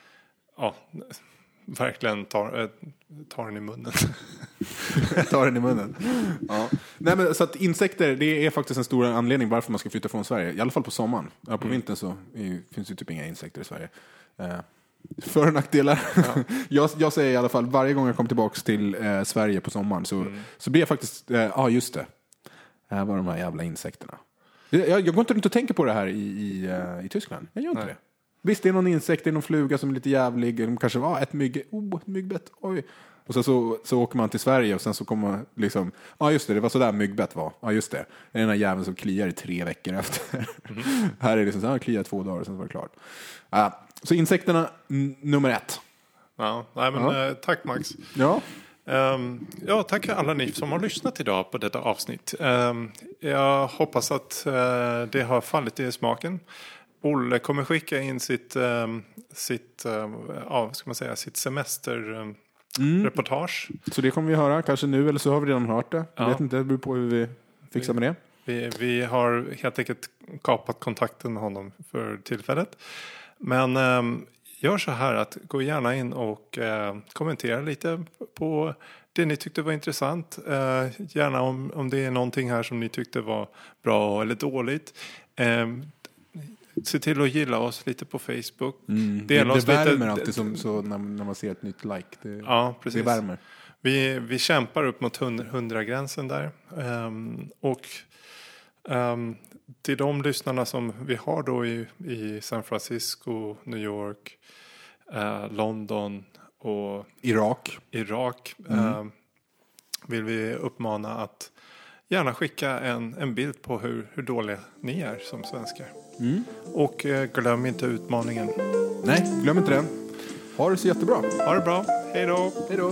Speaker 1: verkligen ta den i munnen.
Speaker 2: Ta den i munnen. Ja. Nej, men så att insekter, det är faktiskt en stor anledning varför man ska flytta från Sverige. I alla fall på sommaren. Ja, på vintern så finns det typ inga insekter i Sverige. För- och nackdelar. Ja. jag säger i alla fall, varje gång jag kommer tillbaka till Sverige på sommaren så blir jag faktiskt, just det. Här var de här jävla insekterna. Jag går inte runt och tänker på det här i Tyskland. Jag gör inte det. Visst, det är någon insekt, det är någon fluga som är lite jävlig. De kanske var ett myggbett. Oj. Och sen så åker man till Sverige och sen så kommer man liksom, just det var så där myggbett var. Ja, just det. Det är den här jäveln som kliar i 3 veckor efter. Här är det liksom så här, kliar 2 dagar och sen var det klart. Så insekterna nummer 1.
Speaker 1: Ja, nej men tack Max.
Speaker 2: Ja.
Speaker 1: Tack alla ni som har lyssnat idag på detta avsnitt. Jag hoppas att det har fallit i smaken. Olle kommer skicka in sitt semesterreportage.
Speaker 2: Så det kommer vi höra, kanske nu eller så har vi redan hört det. Jag vet inte, det beror på hur vi fixar med det.
Speaker 1: Vi har helt enkelt kapat kontakten med honom för tillfället. Men gör så här att gå gärna in och kommentera lite på det ni tyckte var intressant. Gärna om det är någonting här som ni tyckte var bra eller dåligt. Se till att gilla oss lite på Facebook.
Speaker 2: Det värmer alltid så när man ser ett nytt like.
Speaker 1: Precis.
Speaker 2: Det värmer.
Speaker 1: Vi kämpar upp mot 100-gränsen där. Till de lyssnarna som vi har då i San Francisco, New York, London och Irak vill vi uppmana att gärna skicka en bild på hur dåliga ni är som svenskar. Och glöm inte utmaningen.
Speaker 2: Nej, glöm inte den. Ha det så jättebra.
Speaker 1: Ha det bra. Hej då.
Speaker 2: Hej då.